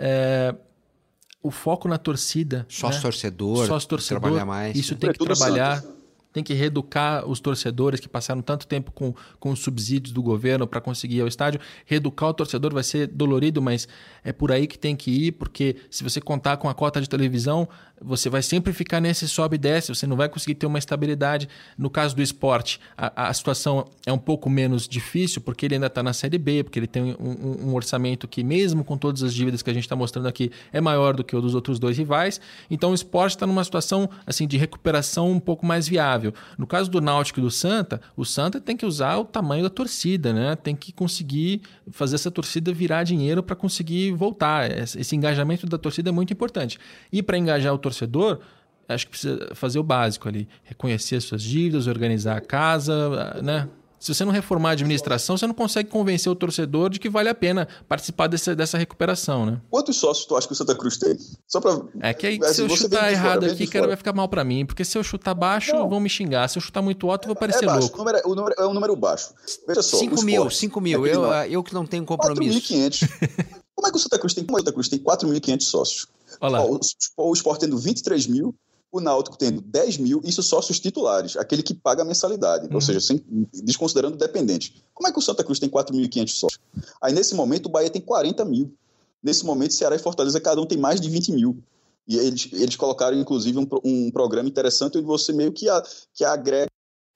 O foco na torcida. Sócio-torcedor, trabalhar mais. Isso tem que trabalhar. Tem que reeducar os torcedores que passaram tanto tempo com os subsídios do governo para conseguir ir ao estádio. Reeducar o torcedor vai ser dolorido, mas é por aí que tem que ir, porque se você contar com a cota de televisão, você vai sempre ficar nesse sobe e desce, você não vai conseguir ter uma estabilidade. No caso do esporte, a situação é um pouco menos difícil, porque ele ainda está na Série B, porque ele tem um orçamento que, mesmo com todas as dívidas que a gente está mostrando aqui, é maior do que o dos outros 2 rivais. Então o esporte está numa situação assim, de recuperação um pouco mais viável. No caso do Náutico e do Santa, o Santa tem que usar o tamanho da torcida, né? Tem que conseguir fazer essa torcida virar dinheiro para conseguir voltar. Esse engajamento da torcida é muito importante. E para engajar o torcedor, acho que precisa fazer o básico ali. Reconhecer as suas dívidas, organizar a casa, né? Se você não reformar a administração, você não consegue convencer o torcedor de que vale a pena participar dessa recuperação, né? Quantos sócios tu acha que o Santa Cruz tem? Só pra... que aí, se eu chutar errado aqui, cara, vai ficar mal pra mim. Porque se eu chutar baixo, vão me xingar. Se eu chutar muito alto, eu vou parecer louco. O número é um número baixo. Veja só. 5 mil. Eu que não tenho compromisso. 4.500. Como é que o Santa Cruz tem? Como o Santa Cruz tem 4.500 sócios? Olha lá. O Sport tendo 23 mil, o Náutico tendo 10 mil, isso sócios titulares, aquele que paga a mensalidade, ou seja, desconsiderando dependente. Como é que o Santa Cruz tem 4.500 sócios? Aí, nesse momento, o Bahia tem 40 mil. Nesse momento, Ceará e Fortaleza, cada um tem mais de 20 mil. E eles colocaram, inclusive, um programa interessante onde você meio que agrega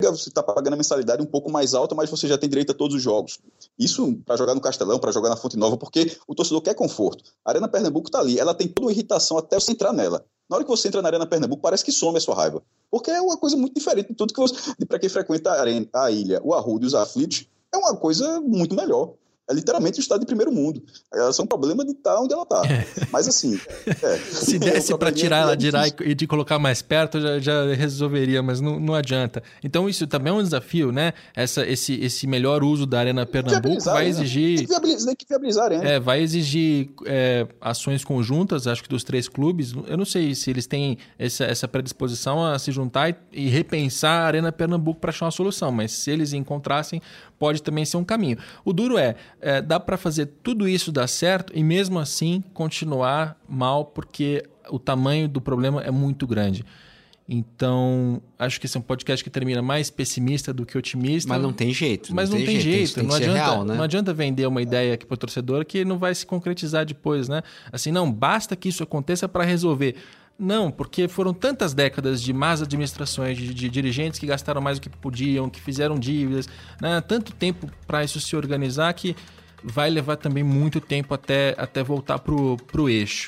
você está pagando a mensalidade um pouco mais alta, mas você já tem direito a todos os jogos. Isso para jogar no Castelão, para jogar na Fonte Nova, porque o torcedor quer conforto. A Arena Pernambuco está ali, ela tem toda uma irritação até você entrar nela. Na hora que você entra na Arena Pernambuco, parece que some a sua raiva. Porque é uma coisa muito diferente de tudo que você... Para quem frequenta a ilha, o Arruda e os Aflitos, é uma coisa muito melhor. É literalmente o estado de primeiro mundo. Ela só é um problema de estar onde ela está. Mas assim... Se desse para tirar ela de lá e de colocar mais perto, já resolveria, mas não adianta. Então isso também é um desafio, né? Esse melhor uso da Arena Pernambuco vai exigir... Tem que viabilizar a Arena. Vai exigir ações conjuntas, acho que dos 3 clubes. Eu não sei se eles têm essa predisposição a se juntar e repensar a Arena Pernambuco para achar uma solução, mas se eles encontrassem, pode também ser um caminho. O duro dá para fazer tudo isso dar certo e mesmo assim continuar mal, porque o tamanho do problema é muito grande. Então, acho que esse é um podcast que termina mais pessimista do que otimista. Mas não tem jeito. Mas não tem jeito. Tem que ser real, né? Não adianta vender uma ideia aqui para o torcedor que não vai se concretizar depois, né? Assim, não, basta que isso aconteça para resolver. Não, porque foram tantas décadas de más administrações, de dirigentes que gastaram mais do que podiam, que fizeram dívidas, né? Tanto tempo para isso se organizar que vai levar também muito tempo até voltar pro eixo.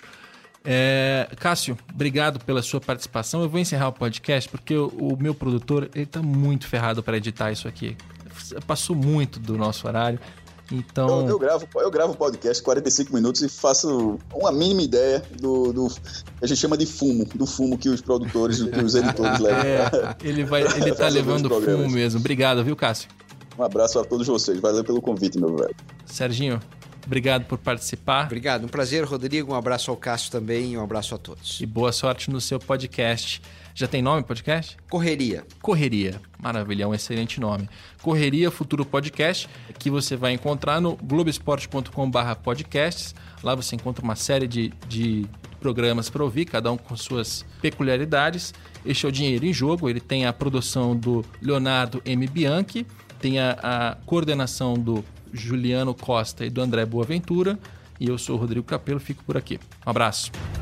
Cássio, obrigado pela sua participação. Eu vou encerrar o podcast porque o meu produtor está muito ferrado para editar isso aqui. Passou muito do nosso horário. Então... Eu gravo o podcast 45 minutos e faço uma mínima ideia do a gente chama de fumo, do fumo que os produtores, que os editores levam. Ele tá levando fumo mesmo. Obrigado, viu, Cássio? Um abraço a todos vocês. Valeu pelo convite, meu velho. Serginho, obrigado por participar. Obrigado, um prazer, Rodrigo. Um abraço ao Cássio também e um abraço a todos. E boa sorte no seu podcast. Já tem nome podcast? Correria. Maravilha, é um excelente nome. Correria Futuro Podcast, que você vai encontrar no globesport.com/podcasts. Lá você encontra uma série de programas para ouvir, cada um com suas peculiaridades. Este é o Dinheiro em Jogo, ele tem a produção do Leonardo M. Bianchi, tem a coordenação do Juliano Costa e do André Boaventura. E eu sou o Rodrigo Capello, fico por aqui. Um abraço.